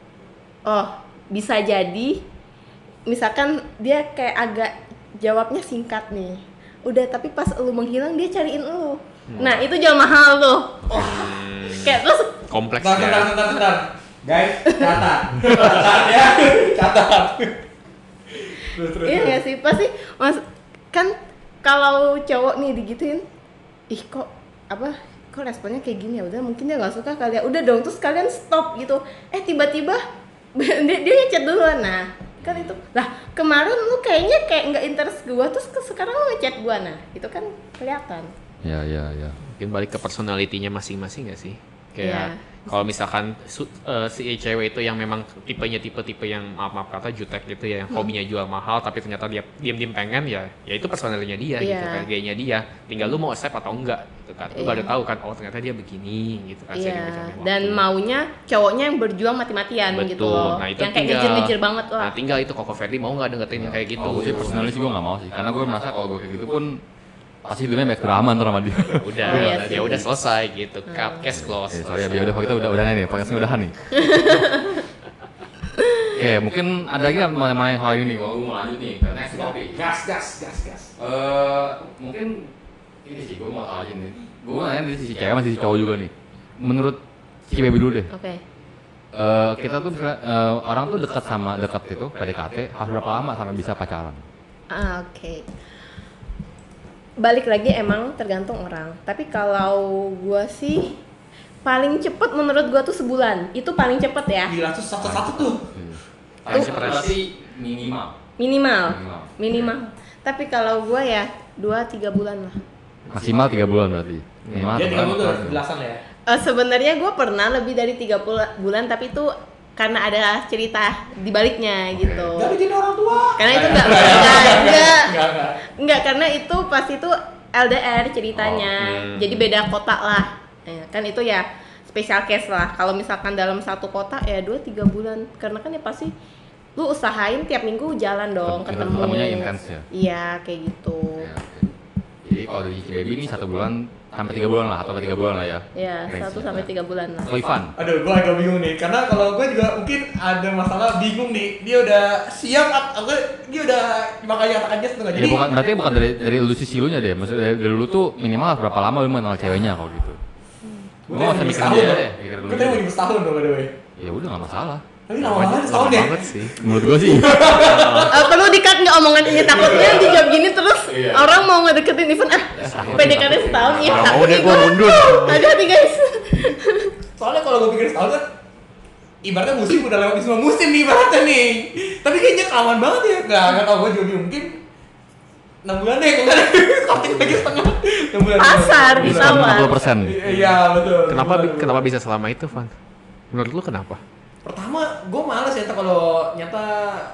oh bisa jadi misalkan dia kayak agak jawabnya singkat nih udah, tapi pas lu menghilang dia cariin lu. Nah itu jual mahal tuh. Kayak terus Kompleks Bentar, bentar, ya. bentar, bentar. Guys, catat. Catat ya. Catat. Terus, terus. iya nggak sih pasti mas kan kalau cowok nih digituin, ih kok apa kok responnya kayak gini, ya udah mungkin dia nggak suka kali ya, udah dong terus kalian stop gitu. Eh tiba-tiba dia dia ngechat duluan. Nah kan itu lah kemarin lu kayaknya kayak nggak interest gua terus ke sekarang lu ngechat gua, nah itu kan kelihatan. Ya ya ya. Mungkin balik ke personalitinya masing-masing nggak sih? Kayak Iya. kalau misalkan su- eh, si cewek itu yang memang tipenya tipe-tipe yang maaf-maaf kata jutek gitu ya, yang hobinya jual mahal tapi ternyata dia diam-diam pengen ya, ya itu personalitinya dia gitu Iya. kan, gayanya dia. Tinggal lu mau accept atau enggak gitu kan. Lu Iya. baru tahu kan, oh ternyata dia begini gitu kan. seiring Iya, berjalannya dan waktu. maunya cowoknya yang berjuang mati-matian gitu Betul. loh. Nah, itu yang kayak tinggal- ngejer-ngejer banget lah. Nah tinggal itu Koko Ferdi mau nggak dengerin yang kayak gitu. Kalau gue sih personally sih gue nggak mau sih, karena gue merasa kalau gue kayak gitu pun pasti hidupnya banyak drama ntar sama dia. Udah, Oh, iya ya sih. udah selesai gitu. Cut, case close. Eh, sorry ya, biar udah kita udah udah nih, podcastnya udahan nih. Oke, mungkin ada lagi yang mau main hal ini. Kalau gue mau lanjut nih ke next topic. Gas, gas, gas, gas. Eh, mungkin ini sih gue mau tahu aja nih. Gue mau nanya dari sisi cewek sama sisi cowok juga nih. Menurut si baby dulu deh. Oke. Eh, kita tuh misalnya, eh, orang tuh dekat sama dekat itu P D K T harus berapa lama sampai bisa pacaran? Ah, oke. Balik lagi emang tergantung orang. Tapi kalau gua sih paling cepet menurut gua tuh sebulan. Itu paling cepet ya. Gila tuh satu-satu tuh. Paling cepet. berarti minimal. Minimal. Minimal. Minimal. Tapi kalau gua ya dua tiga bulan lah. Maksimal tiga bulan berarti. Minimal Dia satu tiga bulan. bulan tuh belasan ya. Eh, sebenarnya gua pernah lebih dari tiga bulan, tapi itu karena ada cerita di baliknya gitu. Gak jadi orang tua. Karena itu enggak enggak enggak Enggak, enggak. enggak karena itu pas itu L D R ceritanya. Oh, hmm. Jadi beda kota lah. Ya, kan itu ya special case lah. Kalau misalkan dalam satu kota ya dua tiga bulan. Karena kan ya pasti lu usahain tiap minggu jalan dong, Kita ketemu. ketemunya intens ya? Iya, kayak gitu. Ya, oke. Jadi Jadi kalau dari Cici Baby ini satu bulan sampai tiga bulan lah atau tiga bulan lah ya. Ya, satu sampai tiga bulan lah. Kalau Ivan, Aduh, gue agak bingung nih, karena kalau gue juga mungkin ada masalah bingung nih. Dia udah siap, aku dia udah makanya katakan yes tuh nggak ya jadi. bukan berarti bukan dari dari lu sisi lu nya deh. Maksudnya dari, dari lu tuh minimal berapa lama lu mengenal ceweknya kalau gitu. Gue Gua nggak usah mikirin dia deh, mikirin dulu Gue tadi mau deh. di setahun dong by the way. Ya udah nggak masalah. Tapi lama banget setahun Lama ya. banget sih. Menurut gua sih. Eh, perlu di-cut nggak omongannya, takutnya dijawab gini terus Iya. orang mau ngedeketin Ivan ah P D K T setahun ya. Nggak mau takut deh, nih gua mundur. Hati-hati guys. Soalnya kalau gue pikir setahun kan ibaratnya musim udah lewat semua musim nih ibaratnya nih. Tapi kayaknya kelamaan banget ya. Gak, gak tau gue juga bingung. Mungkin enam bulan deh, kok nggak ada covid lagi setengah. enam bulan. Pasar, enam bulan. ditawar. enam puluh persen. Iya betul. Kenapa enam bulan, kenapa enam bulan. bisa selama itu, Van? Menurut lu kenapa? Pertama, gue males ya kalau nyata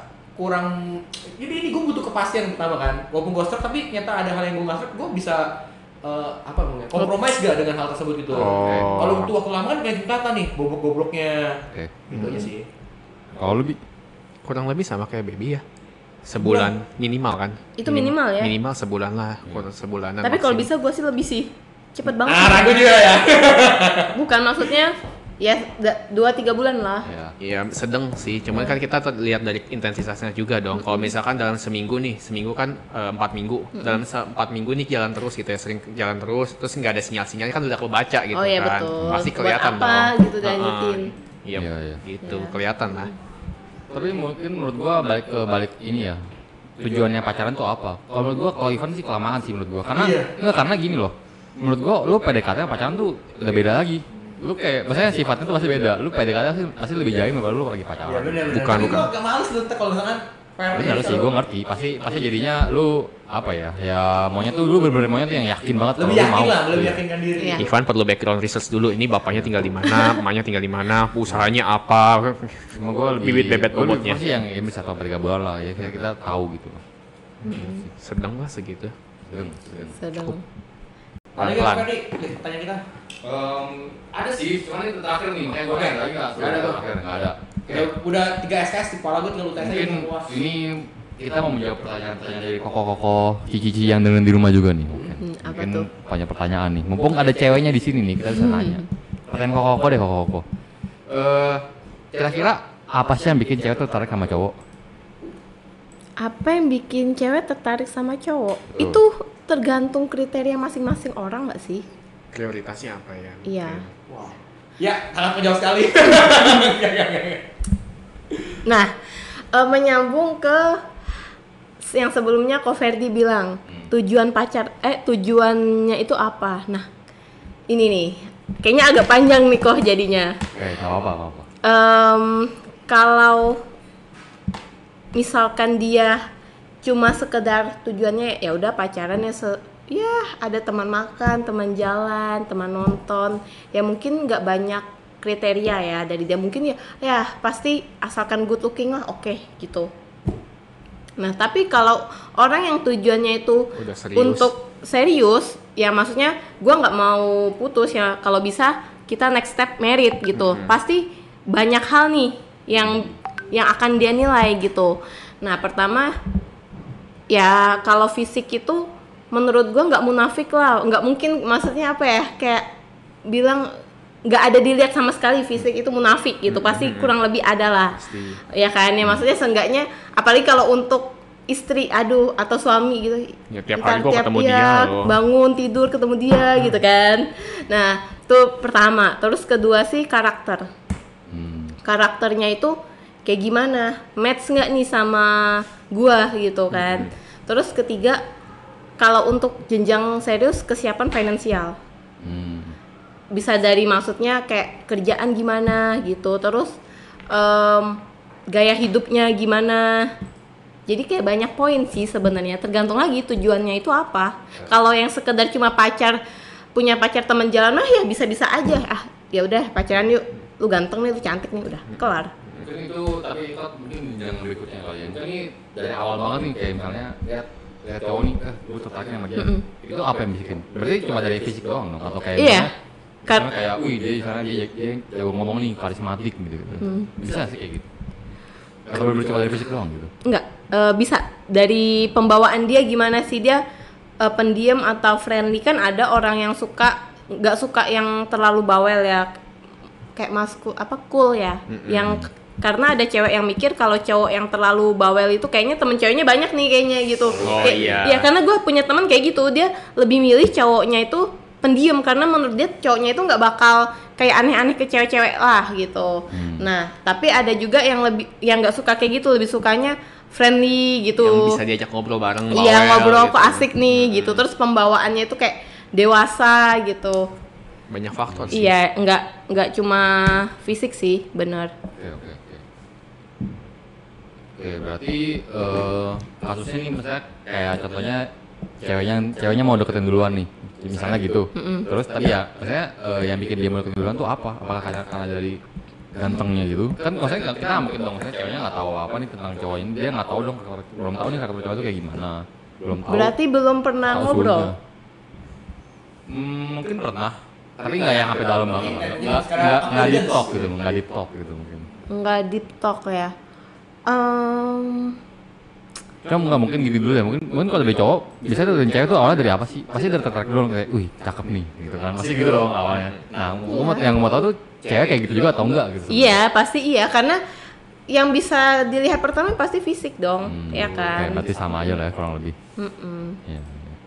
kurang. Jadi ini gue butuh kepastian pertama kan. Walaupun gue stroke tapi nyata ada hal yang gue nggak stroke, gue bisa eh, apa namanya? Kompromis gak dengan hal tersebut gitu. Oh. Kalau butuh waktu lama kan kayak kata nih, bobrok-bobroknya. Oke. Gitu aja sih. Kalau lebih Kurang lebih sama kayak baby ya. Sebulan minimal kan? Itu minimal ya. Minimal sebulan lah, kurang sebulanan. Tapi kalau maksimum. bisa gue sih lebih sih cepet banget. Ah, ragu juga ya. Bukan maksudnya ya da- dua tiga bulan lah. ya. Iya sedang sih, cuman kan kita ter- lihat dari intensitasnya juga dong. Kalau misalkan dalam seminggu nih, seminggu kan eh, empat minggu, dalam se- empat minggu nih jalan terus gitu ya, sering jalan terus, terus nggak ada sinyal-sinyalnya kan udah kebaca gitu Oh iya, kan, betul. pasti Buat kelihatan apa dong. gitu Heeh. dilanjutin. Iya, Iya, iya. gitu Iya. kelihatan lah. Tapi mungkin menurut gua balik ke balik ini ya. Tujuannya pacaran tuh apa? Kalau menurut gua kalau Ivan sih kelamaan sih menurut gua. Karena Iya. enggak karena gini loh. Menurut gua lu P D K T sama pacaran tuh udah beda lagi. Lu kayak maksudnya sifatnya tuh pasti beda. Lu P D K T pasti, pasti lebih jauh daripada lu lagi Iya pacaran. benar benar. Bukan, Tapi bukan. gua agak males tuh kalau misalkan fair Benar gitu. sih, gua ngerti. Pasti pasti jadinya lu apa ya? Ya maunya tuh lu bener-bener maunya tuh yang yakin banget Lebih lu yakin mau. lah, lebih Iya. yakinkan diri. Iya. Ivan perlu background research dulu. Ini bapaknya tinggal di mana, emaknya tinggal di mana, usahanya apa, Cuma gua lebih bibit bebet gua lebih bobotnya. pasti yang ya bisa sampai tiga bulan lah ya kita, kita tahu gitu. Sedang lah segitu. Sedang, sedang. Sedang. Ada nggak Pelan-pelan. Ferdi? Lih, pertanyaan kita. Em, ada sih, cuman itu terakhir nih, makanya gue Oke. kayak lagi nggak Nggak ada tuh. terakhir nggak ada. Ya, udah tiga S K S di kepala gue tinggal U T S aja Mungkin puas. ini kita mau menjawab pertanyaan-pertanyaan dari koko-koko cici-cici yang dengerin di rumah juga nih. Mungkin, Hmm, apa mungkin tuh? banyak pertanyaan nih. Mumpung ada ceweknya di sini nih, kita bisa nanya. Pertanyaan koko-koko deh koko-koko. Eh, kira-kira apa sih yang bikin cewek tertarik sama cowok? Apa yang bikin cewek tertarik sama cowok? Betul. Itu tergantung kriteria masing-masing orang nggak sih? Prioritasnya apa ya? Iya. Wow. Ya, sangat menjauh sekali. Nggak, nggak, nggak. Nah, eh, menyambung ke yang sebelumnya Ko Ferdi bilang tujuan pacar eh tujuannya itu apa? Nah, ini nih kayaknya agak panjang nih kok jadinya. Oke, nggak apa-apa, nggak apa. Em, kalau misalkan dia cuma sekedar tujuannya ya udah pacaran ya se ya ada teman makan, teman jalan, teman nonton, ya mungkin nggak banyak kriteria ya dari dia, mungkin ya ya pasti asalkan good looking lah oke gitu. Nah tapi kalau orang yang tujuannya itu Udah serius. untuk serius ya maksudnya gua nggak mau putus ya, kalau bisa kita next step married gitu, pasti banyak hal nih yang yang akan dia nilai gitu. Nah pertama ya kalau fisik itu menurut gua nggak munafik lah, nggak mungkin, maksudnya apa ya, kayak bilang nggak ada dilihat sama sekali fisik itu munafik gitu, pasti kurang lebih ada lah. Pasti. Ya kan ya, maksudnya seenggaknya apalagi kalau untuk istri aduh atau suami gitu Ya, tiap ntar hari gua ketemu iya, dia loh. bangun tidur ketemu dia gitu kan. Nah itu pertama, terus kedua sih karakter. Hmm. Karakternya itu kayak gimana, match nggak nih sama gua gitu kan. Terus ketiga, kalau untuk jenjang serius kesiapan finansial, Hmm. bisa dari maksudnya kayak kerjaan gimana gitu, terus em, gaya hidupnya gimana. Jadi kayak banyak poin sih sebenarnya, tergantung lagi tujuannya itu apa. Kalau yang sekedar cuma pacar, punya pacar teman jalan mah ya bisa-bisa aja, ah ya udah pacaran yuk, lu ganteng nih, lu cantik nih, udah kelar. Mungkin itu tapi itu mungkin yang berikutnya kali ya. Mungkin ini dari awal banget nih kayak misalnya lihat lihat cowok nih, eh gue tertarik sama dia. Mm-mm. Itu apa yang bikin? Berarti cuma dari fisik doang dong atau kayak Iya. misalnya, Kar- misalnya kayak wih dia misalnya dia, dia jago ngomong nih, karismatik gitu gitu. Hmm. Bisa sih kayak gitu. Atau bener cuma dari fisik doang gitu. Enggak, eh, bisa dari pembawaan dia gimana sih, dia uh, pendiam atau friendly, kan ada orang yang suka nggak suka yang terlalu bawel ya, kayak masku apa cool ya, mm-hmm. yang karena ada cewek yang mikir kalau cowok yang terlalu bawel itu kayaknya temen ceweknya banyak nih kayaknya gitu. Oh kayak, iya. Ya karena gue punya teman kayak gitu, dia lebih milih cowoknya itu pendiam karena menurut dia cowoknya itu nggak bakal kayak aneh-aneh ke cewek-cewek lah gitu. Hmm. Nah tapi ada juga yang lebih yang nggak suka kayak gitu, lebih sukanya friendly gitu. Yang bisa diajak ngobrol bareng. Iya ngobrol gitu. kok asik nih hmm. gitu. Terus pembawaannya itu kayak dewasa gitu. Banyak faktor sih. Iya, nggak nggak cuma fisik sih, benar. Oke oke oke. Oke berarti uh, kasusnya nih misalnya kayak contohnya ceweknya ceweknya mau deketin duluan nih, misalnya gitu. Mm-mm. Terus tadi ya, maksudnya uh, yang bikin dia mau deketin duluan tuh apa? Apakah karena, karena dari gantengnya gitu? Kan maksudnya kita nggak mungkin dong, maksudnya ceweknya nggak tahu apa nih tentang cowok ini, dia nggak tahu dong, belum tahu nih karakter cowok itu kayak gimana, belum tahu. Berarti belum pernah ngobrol? Hmm, mungkin pernah, tapi nggak yang sampai dalam banget, nggak nggak nggak deep talk gitu, nggak deep talk gitu mungkin. Nggak deep talk ya. Um... Kamu nggak mungkin gitu dulu ya, mungkin mungkin kalau dari cowok bisa tuh dari cewek tuh awalnya dari apa sih? Pasti dari tertarik dulu kayak, wih cakep nih gitu kan, pasti gitu dong awalnya. Nah, gue mau yang mau tahu tuh cewek kayak gitu juga atau enggak gitu? Iya pasti iya, karena yang bisa dilihat pertama pasti fisik dong, hmm, ya kan? Oke, berarti sama aja lah ya kurang lebih. Mm-mm. Iya.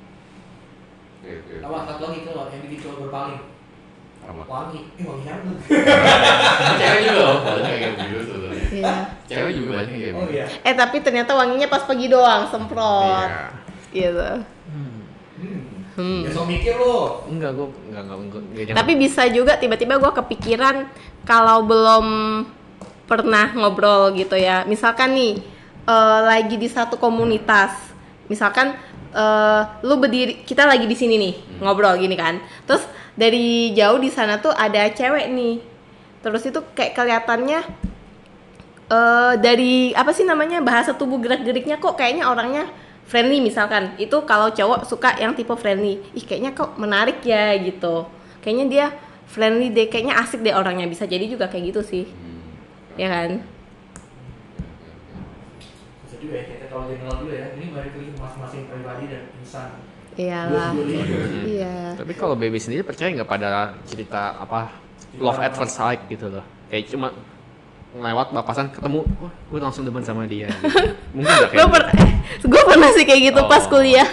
Tahu satu lagi tuh yang bikin cowok berpaling. Apa? Wangi, eh wangi banget. Cewek juga loh, banyak kayak gitu tuh. Iya. Cewek juga banyak kayak gitu. Oh iya. Eh tapi ternyata wanginya pas pagi doang, semprot. Iya. Gitu. Hmm. Hmm. Ya so mikir lo. Enggak, gue enggak enggak enggak. enggak Tapi bisa juga tiba-tiba gue kepikiran kalau belum pernah ngobrol gitu ya. Misalkan nih uh, lagi di satu komunitas, misalkan uh, lu berdiri, kita lagi di sini nih hmm. ngobrol gini kan. Terus dari jauh di sana tuh ada cewek nih. Terus itu kayak kelihatannya uh, dari apa sih namanya bahasa tubuh gerak-geriknya kok kayaknya orangnya friendly misalkan. Itu kalau cowok suka yang tipe friendly. Ih kayaknya kok menarik ya gitu. Kayaknya dia friendly deh, kayaknya asik deh orangnya. Bisa jadi juga kayak gitu sih. Hmm. Ya kan? Bisa juga ya, kita kalau general dulu ya. Ini balik lagi masing-masing pribadi dan insan. Iyalah. Iya. Tapi kalau baby sendiri percaya nggak pada cerita apa love at first sight gitu loh? Kayak cuma lewat papasan ketemu, wah gue langsung demen sama dia. Gitu. Mungkin nggak kayak Gue per- eh, pernah sih kayak gitu oh. pas kuliah.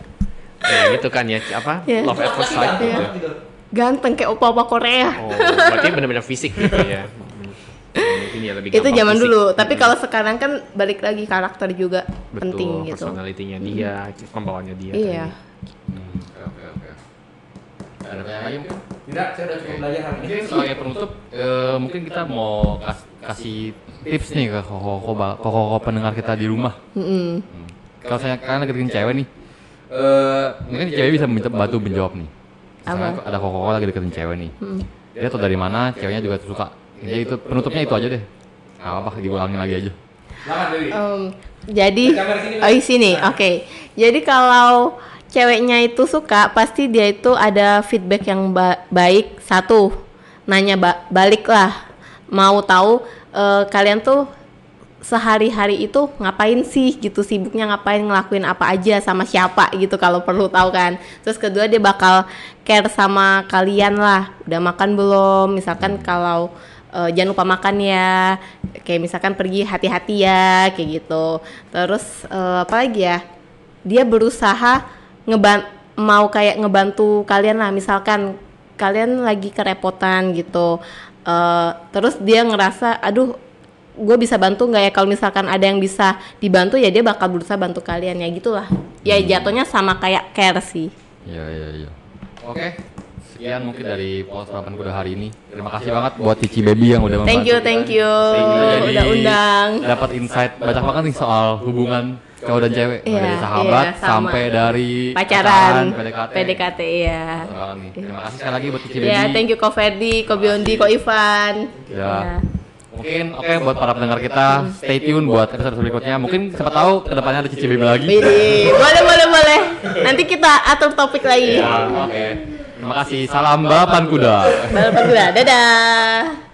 Ya gitu kan ya, apa yeah. love at first sight gitu. gitu. Ganteng kayak opa-opa Korea. Oh, berarti benar-benar fisik gitu ya. Mungkin ya lebih itu zaman fisik. Dulu, tapi hmm. kalau sekarang kan balik lagi karakter juga betul, penting gitu. Personalitinya dia, hmm. pembawaannya dia. Iya. Hmm, oke oke. Ada yang lain mungkin? Tidak, saya udah cukup belajar hari ini. Mungkin sebagai penutup, eh, mungkin kita mau kas- kasih tips nih ke koko-koko pendengar kita di rumah. Mm-hmm. Hmm. Kalau saya kan lagi deketin cewek nih, eh, mungkin cewek bisa minta bantu menjawab nih. Misalnya apa? Ada koko lagi deketin cewek nih. Mm. Dia tahu dari mana, ceweknya juga suka. Jadi itu penutupnya itu aja deh. Nggak apa-apa, diulangin lagi aja. Um, jadi, oh di sini, oke. Okay. Jadi kalau ceweknya itu suka, pasti dia itu ada feedback yang ba- baik. Satu, nanya ba- balik lah. Mau tahu uh, kalian tuh sehari-hari itu ngapain sih gitu, sibuknya ngapain, ngelakuin apa aja, sama siapa gitu kalau perlu tahu kan. Terus kedua dia bakal care sama kalian lah. Udah makan belum? Misalkan kalau Uh, jangan lupa makan ya, kayak misalkan pergi hati-hati ya, kayak gitu. Terus uh, apa lagi ya? Dia berusaha ngeban mau kayak ngebantu kalian lah, misalkan kalian lagi kerepotan gitu. Uh, terus dia ngerasa, aduh, gue bisa bantu nggak ya? Kalau misalkan ada yang bisa dibantu ya dia bakal berusaha bantu kalian ya gitulah. Ya jatuhnya sama kayak care sih. Iya iya iya. Oke. Okay. Sekian mungkin dari Pos Papan Kuda hari ini. Terima kasih banget buat Cici Baby yang udah membantu. Thank you, thank you. Udah undang. Dapat insight banyak banget nih soal hubungan cowok dan cewek. Yeah, dari sahabat yeah, sampai dari pacaran, P D K T. P D K T ya. Terima kasih sekali lagi buat Cici Baby. Ya, yeah, thank you Ko Ferdi, Ko Biondi, Ko Ivan. Ya. Yeah. Mungkin oke okay, buat para pendengar kita, stay tune buat episode berikutnya. Mungkin siapa tahu kedepannya ada Cici Baby lagi. Bidi. Boleh, boleh, boleh. Nanti kita atur topik lagi. Ya, oke. Okay. Terima kasih. Salam balapan kuda. Balapan kuda. Dadah.